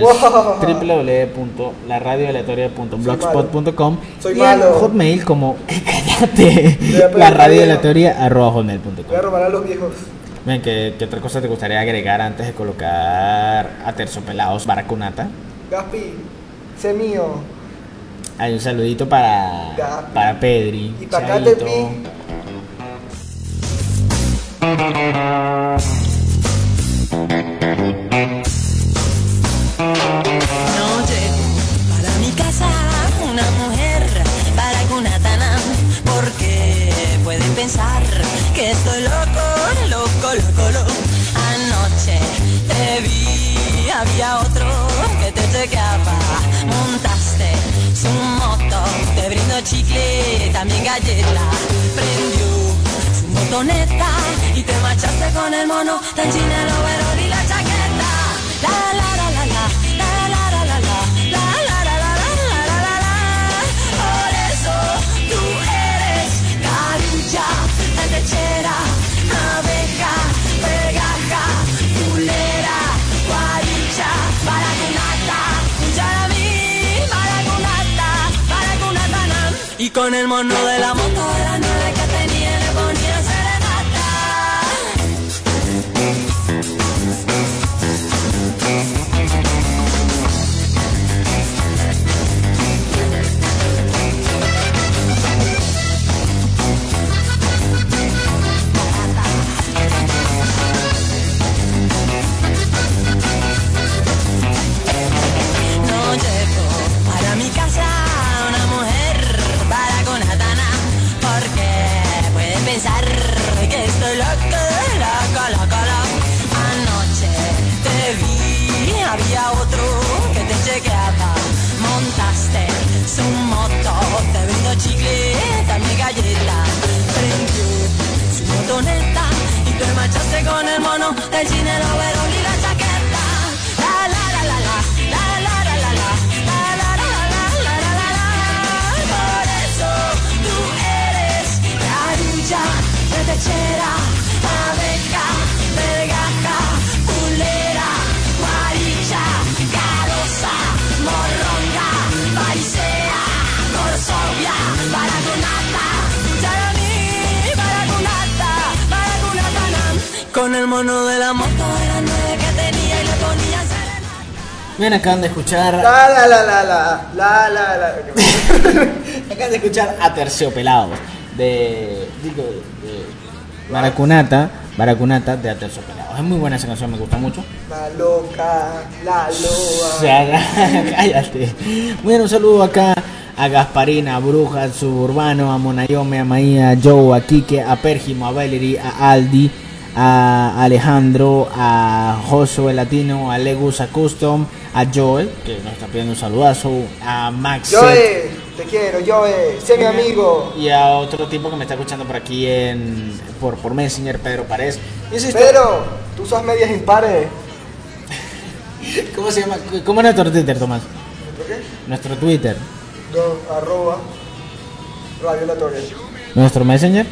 www.laradioaleatoria.blogspot.com Soy y malo. en Hotmail como cállate, Voy a pegar la radio video. aleatoria Voy a @hotmail.com. robar a los viejos. Ven, ¿qué otra cosa te gustaría agregar antes de colocar a Terciopelados Baracunata? Gaspi, sé mío. Hay un saludito Ya. para Pedri. Y para Chaito. Catepi. No llego para mi casa una mujer para Gunatanam, porque pueden pensar que estoy loco. Anoche te vi, había otro que te chequeaba, montaste su moto, te brindó chicle, también galleta, prendió su motoneta y te marchaste con el mono, tan china el overol y la chaqueta. La la la la la, la la la la la, la la la la la la la la. Por eso tú eres carucha, lechera, abeja, pegaja, culera, guaricha, baracunata, yaramí, baracunata, baracunata. Con el mono de la moto de las 9 que tenía le ponía serenata. No llevo para mi casa una mujer varaconatana, porque pueden pensar que estoy loca. Anoche te vi, había otro que te chequeaba. Montaste su moto, te vendo chicle, también galleta. Prendió su motoneta y te marchaste con el mono del cine, el overol y la chaqueta. La la la la la, la la la la la, la la la la la la la la. Por eso tú eres carulla, retechera, abeja, vergaja, culera, guarilla, carosa, morronga, parisea, corsovia, baraconata, charani, baraconata, baraconatana. Con el mono de la moto de las 9 que tenía y le ponía serenata. Bien, acaban de escuchar. Acaban de escuchar Aterciopelados de Baracunata de Aterciopelados. Es muy buena esa canción, me gusta mucho. La loca, la loba. O sea, cállate. Bueno, un saludo acá a Gasparina, a Bruja, al Suburbano, a Monayome, a Maía, a Joe, a Quique, a Pérgimo, a Valerie, a Aldi, a Alejandro, a Josué Latino, a Legus, a Custom, a Joel, que nos está pidiendo un saludazo, a Max Joe, te quiero, Joe, sé mi amigo. y a otro tipo que me está escuchando por aquí por Messenger, Pedro Párez. Pero, tú usas medias impares. ¿Cómo se llama? ¿Cómo es nuestro Twitter, Tomás? ¿Por qué? Nuestro Twitter. No, arroba Radio Aleatoria. Nuestro Messenger.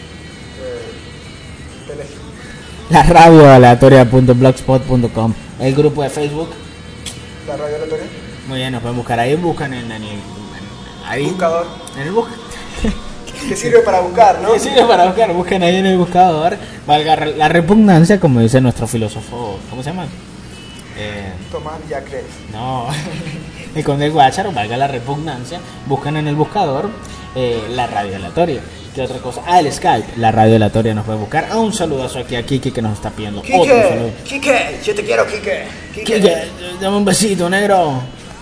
Teléfono. La radio aleatoria.blogspot.com. El grupo de Facebook. La Radio Aleatoria. Muy bien, nos pueden buscar ahí. Buscan ahí. Buscador. En el buscador. Que sirve para buscar, ¿no? Sí, sirve para buscar. Buscan ahí en el buscador. Valga la repugnancia, como dice nuestro filósofo. ¿Cómo se llama? Tomás Villacres. No. El Conde Guácharo, valga la repugnancia. Buscan en el buscador la radio aleatoria. ¿Qué otra cosa? El Skype, la radio aleatoria nos puede buscar. Un saludazo aquí a Kike que nos está pidiendo otro saludo. Quique, yo te quiero, Quique. Kike, dame un besito, negro.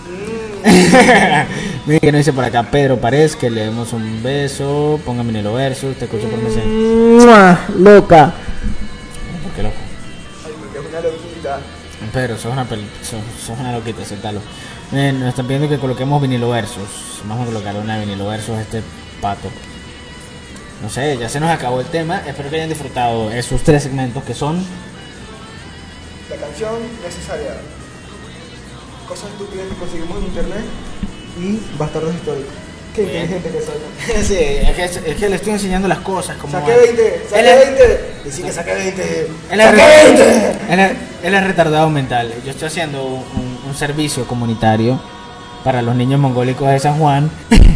Miren que nos dice por acá Pedro Párez que le demos un beso. Póngame en el verso, te escucho por mensaje. Loca. ¿Por qué loco? Ay, porque es una loquita. Pedro, sos una loquita, aceptalo. Miren, nos están pidiendo que coloquemos vinilo versos. Vamos a colocar una vinilo versos a este pato. No sé, ya se nos acabó el tema. Espero que hayan disfrutado esos 3 segmentos que son La canción necesaria. Cosas estúpidas que conseguimos en internet y bastardos históricos. Qué inteligente que soy. Sí, es que le estoy enseñando las cosas como Saqué 20, saqué 20. Decí que saqué 20. Él es retardado mental. Yo estoy haciendo un servicio comunitario para los niños mongólicos de San Juan.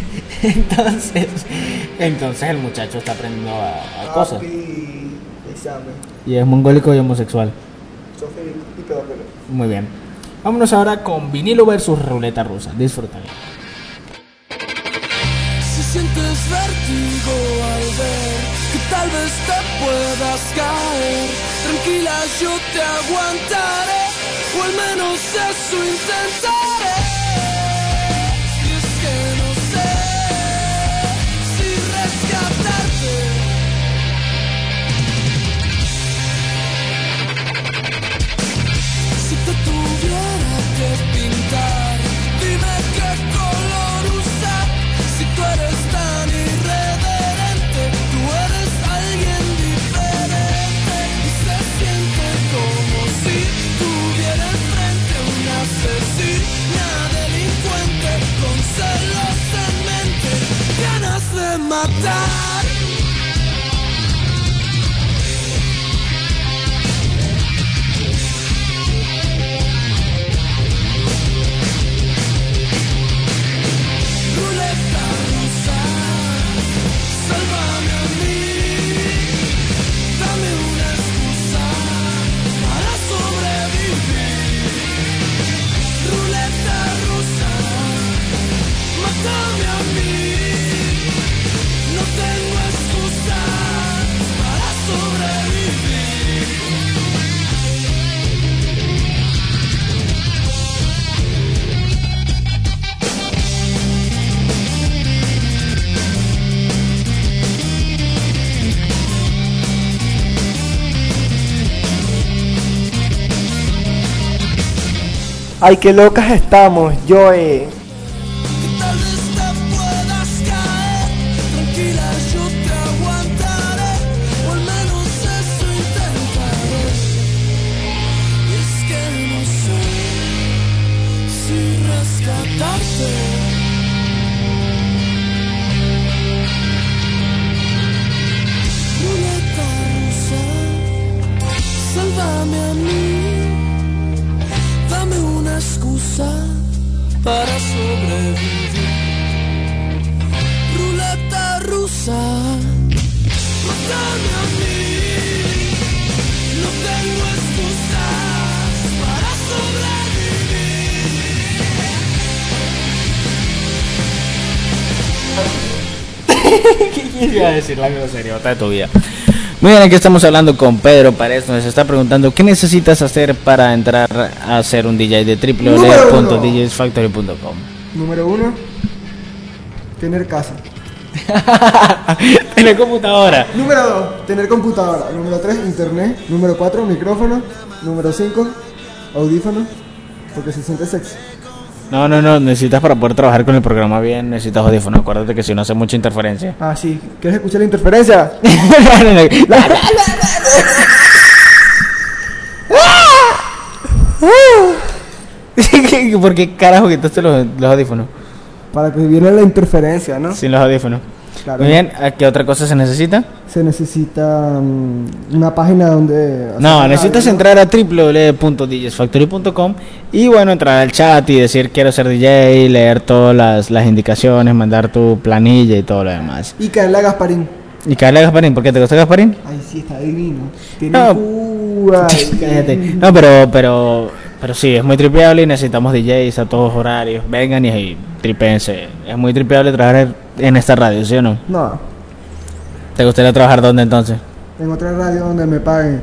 Entonces el muchacho está aprendiendo a cosas. Examen. Y es mongólico y homosexual. Sofía y pedófilo. Muy bien. Vámonos ahora con vinilo versus ruleta rusa. Disfrútalo. Si sientes vértigo al ver que tal vez te puedas caer, tranquila, yo te aguantaré, o al menos eso intentaré. Y es que no sé si rescatarte. Si te tuviera que pintar, dime qué color usar. Si tú eres tan irreverente, tú eres alguien diferente. Y se siente como si tuviera enfrente una asesina delincuente con celos en mente, ganas de matar. Ruleta rusa. Ay, qué locas estamos, Joe. Que tal vez te puedas caer. Tranquila, yo te aguantaré, o al menos eso intentaré. Y es que no sé si rescatarte. Ruleta rusa, sálvame a mí. Dame una excusa para sobrevivir. Ruleta rusa, mátame a mí. No tengo excusas para sobrevivir. ¿Qué iba a decir la groseriota de tu vida? Muy bien, aquí estamos hablando con Pedro Paredes. Nos está preguntando qué necesitas hacer para entrar a ser un DJ de www.djsfactory.com. Número 1, tener casa. Tener computadora. Número 2, tener computadora. Número 3, internet. Número 4, micrófono. Número 5, audífonos. Porque se siente sexy. No, necesitas para poder trabajar con el programa bien, necesitas audífonos. Acuérdate que si no hace mucha interferencia. Ah, sí. ¿Quieres escuchar la interferencia? ¿Por qué carajo quitaste los audífonos? Para que viene la interferencia, ¿no? Sin los audífonos. Claro. Muy bien, ¿a qué otra cosa se necesita? Se necesita una página donde... No, necesitas entrar a www.djsfactory.com y bueno, entrar al chat y decir quiero ser DJ, leer todas las indicaciones, mandar tu planilla y todo lo demás. Y caerle a Gasparín. ¿Y caerle a Gasparín? ¿Por qué te gusta Gasparín? Ay, sí, está divino. Tiene No. cura. Cállate. No, pero sí, es muy tripeable y necesitamos DJs a todos horarios. Vengan y tripense. Es muy tripeable trabajar en esta radio, ¿sí o no? No, ¿Te gustaría trabajar dónde entonces? en otra radio donde me paguen.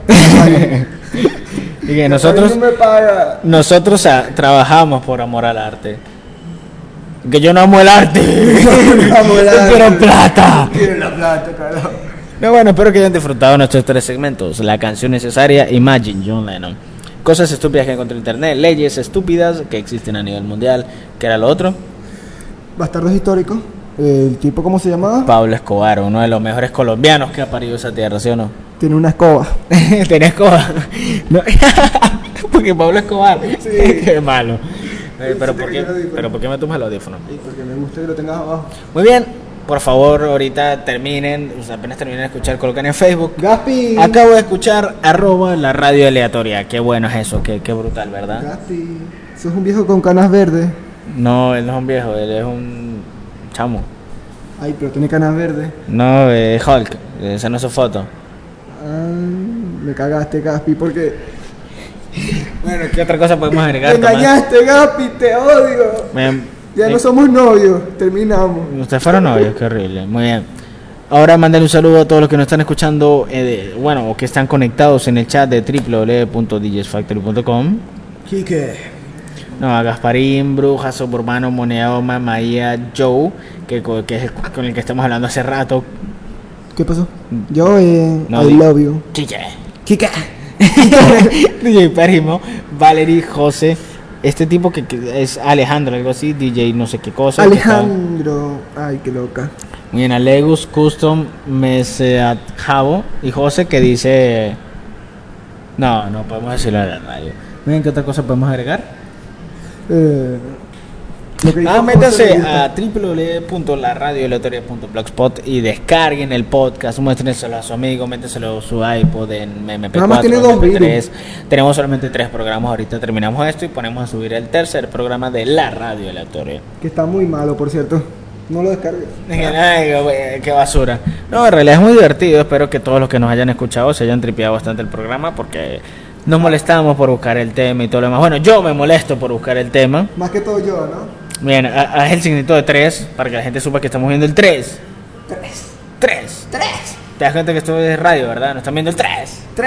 Y que nosotros... No me paga. Nosotros trabajamos por amor al arte. Que yo no amo el arte. Amo el Yo arte. quiero plata. Quiero la plata, carajo. No, bueno, espero que hayan disfrutado nuestros 3 segmentos. La canción necesaria, Imagine, John Lennon. Cosas estúpidas que encontré en internet. Leyes estúpidas que existen a nivel mundial. ¿Qué era lo otro? Bastardos históricos. El tipo, ¿cómo se llamaba? Pablo Escobar, uno de los mejores colombianos que ha parido esa tierra, ¿sí o no? Tiene una escoba. ¿Tenés escoba? No. Porque Pablo Escobar. Sí. Qué malo. Pero Sí, ¿por te qué? quito el audífono. ¿Pero por qué me tomas el audífono? Sí, porque me gusta que lo tengas abajo. Muy bien, por favor, ahorita terminen, apenas terminen de escuchar, coloquen en Facebook. Gaspi. Acabo de escuchar @la radio aleatoria. Qué bueno es eso, qué brutal, ¿verdad? Gaspi. Sos un viejo con canas verdes. No, él no es un viejo, él es un chamo. Ay, pero tiene canas verdes. No, es Hulk, esa no es su foto. Ah, me cagaste, Gaspi, porque... Bueno, ¿qué otra cosa podemos Me agregar, Tomás? engañaste, Gaspi, te odio. Ya no somos novios, terminamos. Ustedes fueron novios, qué horrible. Muy bien. Ahora mandarle un saludo a todos los que nos están escuchando, o que están conectados en el chat de www.djsfactory.com. Quique. No, a Gasparín, Bruja, Suburbano, Moneoma, Maía, Joe, que es con el que estamos hablando hace rato. ¿Qué pasó? Yo, No, I love you. Chiche. Quique. DJ Périmo, Valerie, José, este tipo que es Alejandro, algo así, DJ no sé qué cosa. Alejandro. Ay, qué loca. Muy bien, Alegus, Custom, Meseat Javo y José que dice... No podemos decirlo en la radio. Miren, ¿qué otra cosa podemos agregar? Lo que dijo Métanse José a www.laradioaleatoria.blogspot y descarguen el podcast, muéstrenselo a su amigo, métenselo a su iPod en MP4, Nada más tiene 2 MP3. virus. Tenemos solamente 3 programas, ahorita terminamos esto y ponemos a subir el tercer programa de la radio aleatoria. Que está muy malo, por cierto. No lo descargues. Ay, güey, qué basura. No, en realidad es muy divertido, espero que todos los que nos hayan escuchado se hayan tripeado bastante el programa porque... Nos molestamos por buscar el tema y todo lo demás. Bueno, yo me molesto por buscar el tema. Más que todo yo, ¿no? Bien, haz el signito de 3 para que la gente sepa que estamos viendo el 3. 3. Te das cuenta que esto es radio, ¿verdad? Nos están viendo el 3. 3.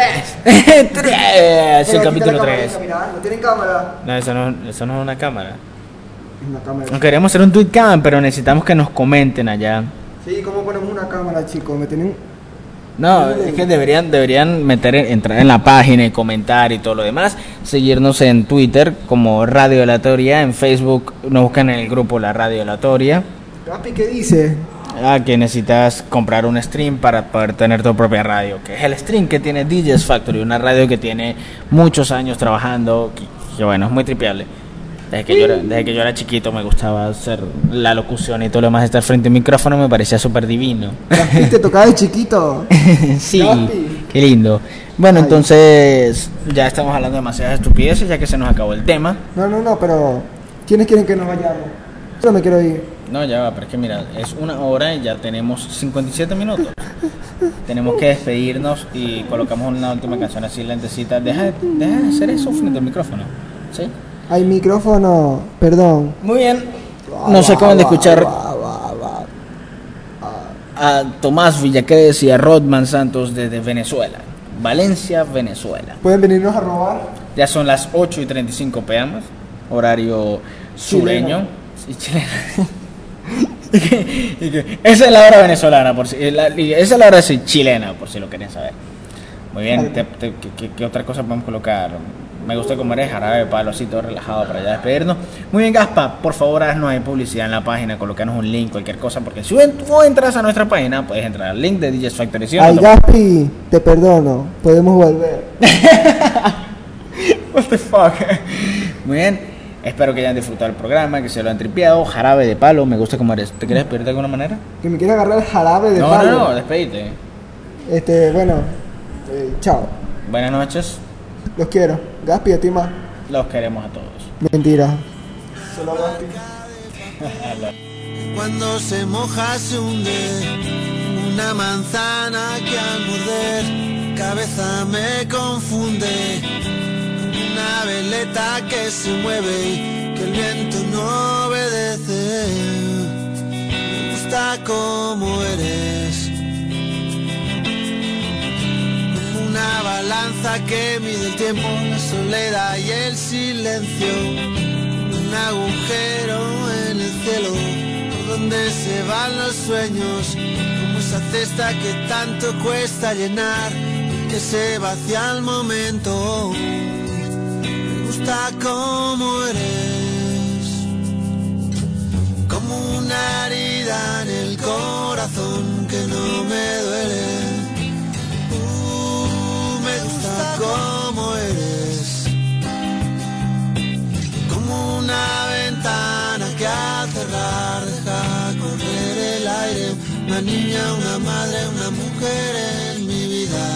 El capítulo 3. No tienen cámara. No, eso no es una cámara. Es una cámara. No queremos hacer un tweet cam, pero necesitamos que nos comenten allá. Sí, ¿cómo ponemos una cámara, chicos? Me tienen... No, es que deberían entrar en la página y comentar y todo lo demás. Seguirnos en Twitter como Radio Aleatoria, en Facebook nos buscan en el grupo La Radio Aleatoria. Gaspi, ¿qué dice? Que necesitas comprar un stream para poder tener tu propia radio, que es el stream que tiene DJs Factory, una radio que tiene muchos años trabajando, que bueno, es muy tripeable. Desde que yo era chiquito me gustaba hacer la locución y todo lo demás, estar frente al micrófono me parecía súper divino. Gaspi, te tocaba de chiquito. Sí, Gaspi. qué lindo. Bueno, Ay. Entonces ya estamos hablando de demasiadas estupideces ya que se nos acabó el tema. No, pero ¿quiénes quieren que nos vayamos? Yo me quiero ir. No, ya va, pero es que mira, es 1 hora y ya tenemos 57 minutos. Tenemos que despedirnos y colocamos una última canción así lentecita. Deja de hacer eso frente al micrófono, ¿sí? Hay micrófono, perdón. Muy bien, nos acaban de escuchar a Tomás Villacrés y a Rodman Santos desde Venezuela, Valencia, Venezuela. Pueden venirnos a robar. Ya son las 8:35 p.m, horario sureño y chileno. Esa es la hora venezolana, esa es la hora chilena, por si lo quieren saber. Muy bien, ¿qué otra cosa podemos colocar? Me gusta comer el jarabe de palo, así todo relajado para ya despedirnos. Muy bien, Gaspa, por favor haznos ahí publicidad en la página, colocarnos un link, cualquier cosa, porque si tú entras a nuestra página, puedes entrar al link de DJs Factory. ¿Sí? Ay, Gaspi, te perdono, podemos volver. What the fuck. Muy bien, espero que hayan disfrutado el programa, que se lo han tripeado. Jarabe de palo, me gusta comer esto. ¿Te quieres despedir de alguna manera? Que me quiera agarrar el jarabe de palo. No, despedite. Bueno, chao. Buenas noches, Los quiero. Gaspi, a ti más. los queremos a todos. Mentira. Solo Gaspi. Cuando se moja se hunde una manzana que al morder cabeza me confunde. Una veleta que se mueve y que el viento no obedece. Me gusta como eres, como una balanza que mide el tiempo, la soledad y el silencio. Un agujero en el cielo por donde se van los sueños, como esa cesta que tanto cuesta llenar y que se vacía al momento. Me gusta como eres, como una herida en el corazón que no me duele. Me gusta como eres, como una ventana que al cerrar deja correr el aire. Una niña, una madre, una mujer en mi vida.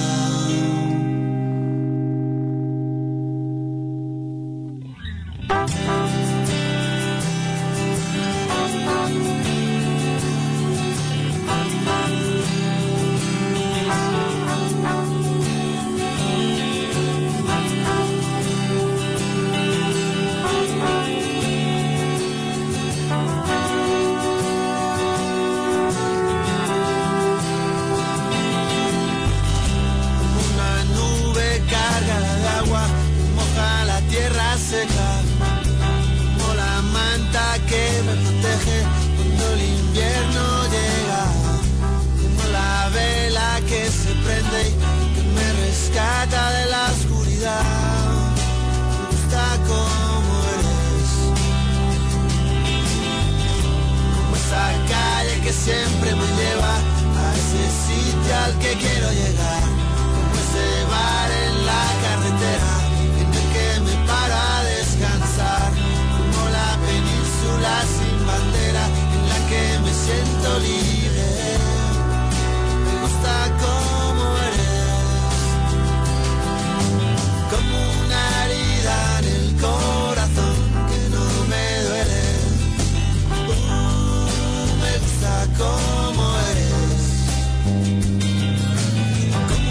Como la manta que me protege cuando el invierno llega, como la vela que se prende y que me rescata de la oscuridad. Me gusta como eres, como esa calle que siempre me lleva a ese sitio al que quiero llegar, como ese bar en la carretera para descansar, como la península sin bandera en la que me siento libre. Me gusta como eres, como una herida en el corazón que no me duele. Me gusta como eres, como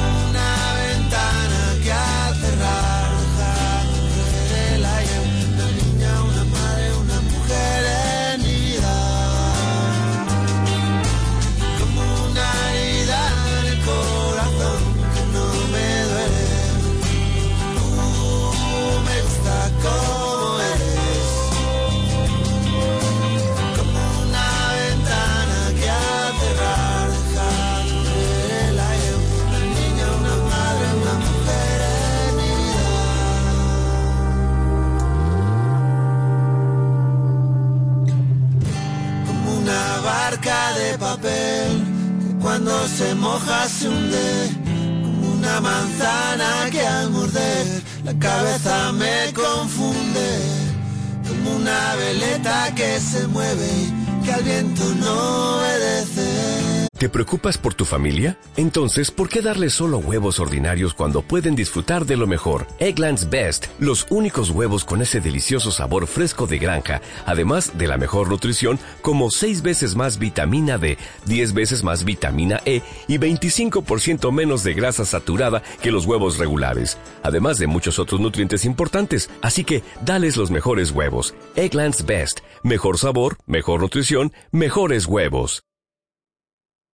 barca de papel que cuando se moja se hunde, como una manzana que al morder la cabeza me confunde, como una veleta que se mueve y que al viento no obedece. ¿Te preocupas por tu familia? Entonces, ¿por qué darles solo huevos ordinarios cuando pueden disfrutar de lo mejor? Eggland's Best, los únicos huevos con ese delicioso sabor fresco de granja, además de la mejor nutrición, como 6 veces más vitamina D, 10 veces más vitamina E y 25% menos de grasa saturada que los huevos regulares, además de muchos otros nutrientes importantes. Así que, dales los mejores huevos. Eggland's Best, mejor sabor, mejor nutrición, mejores huevos.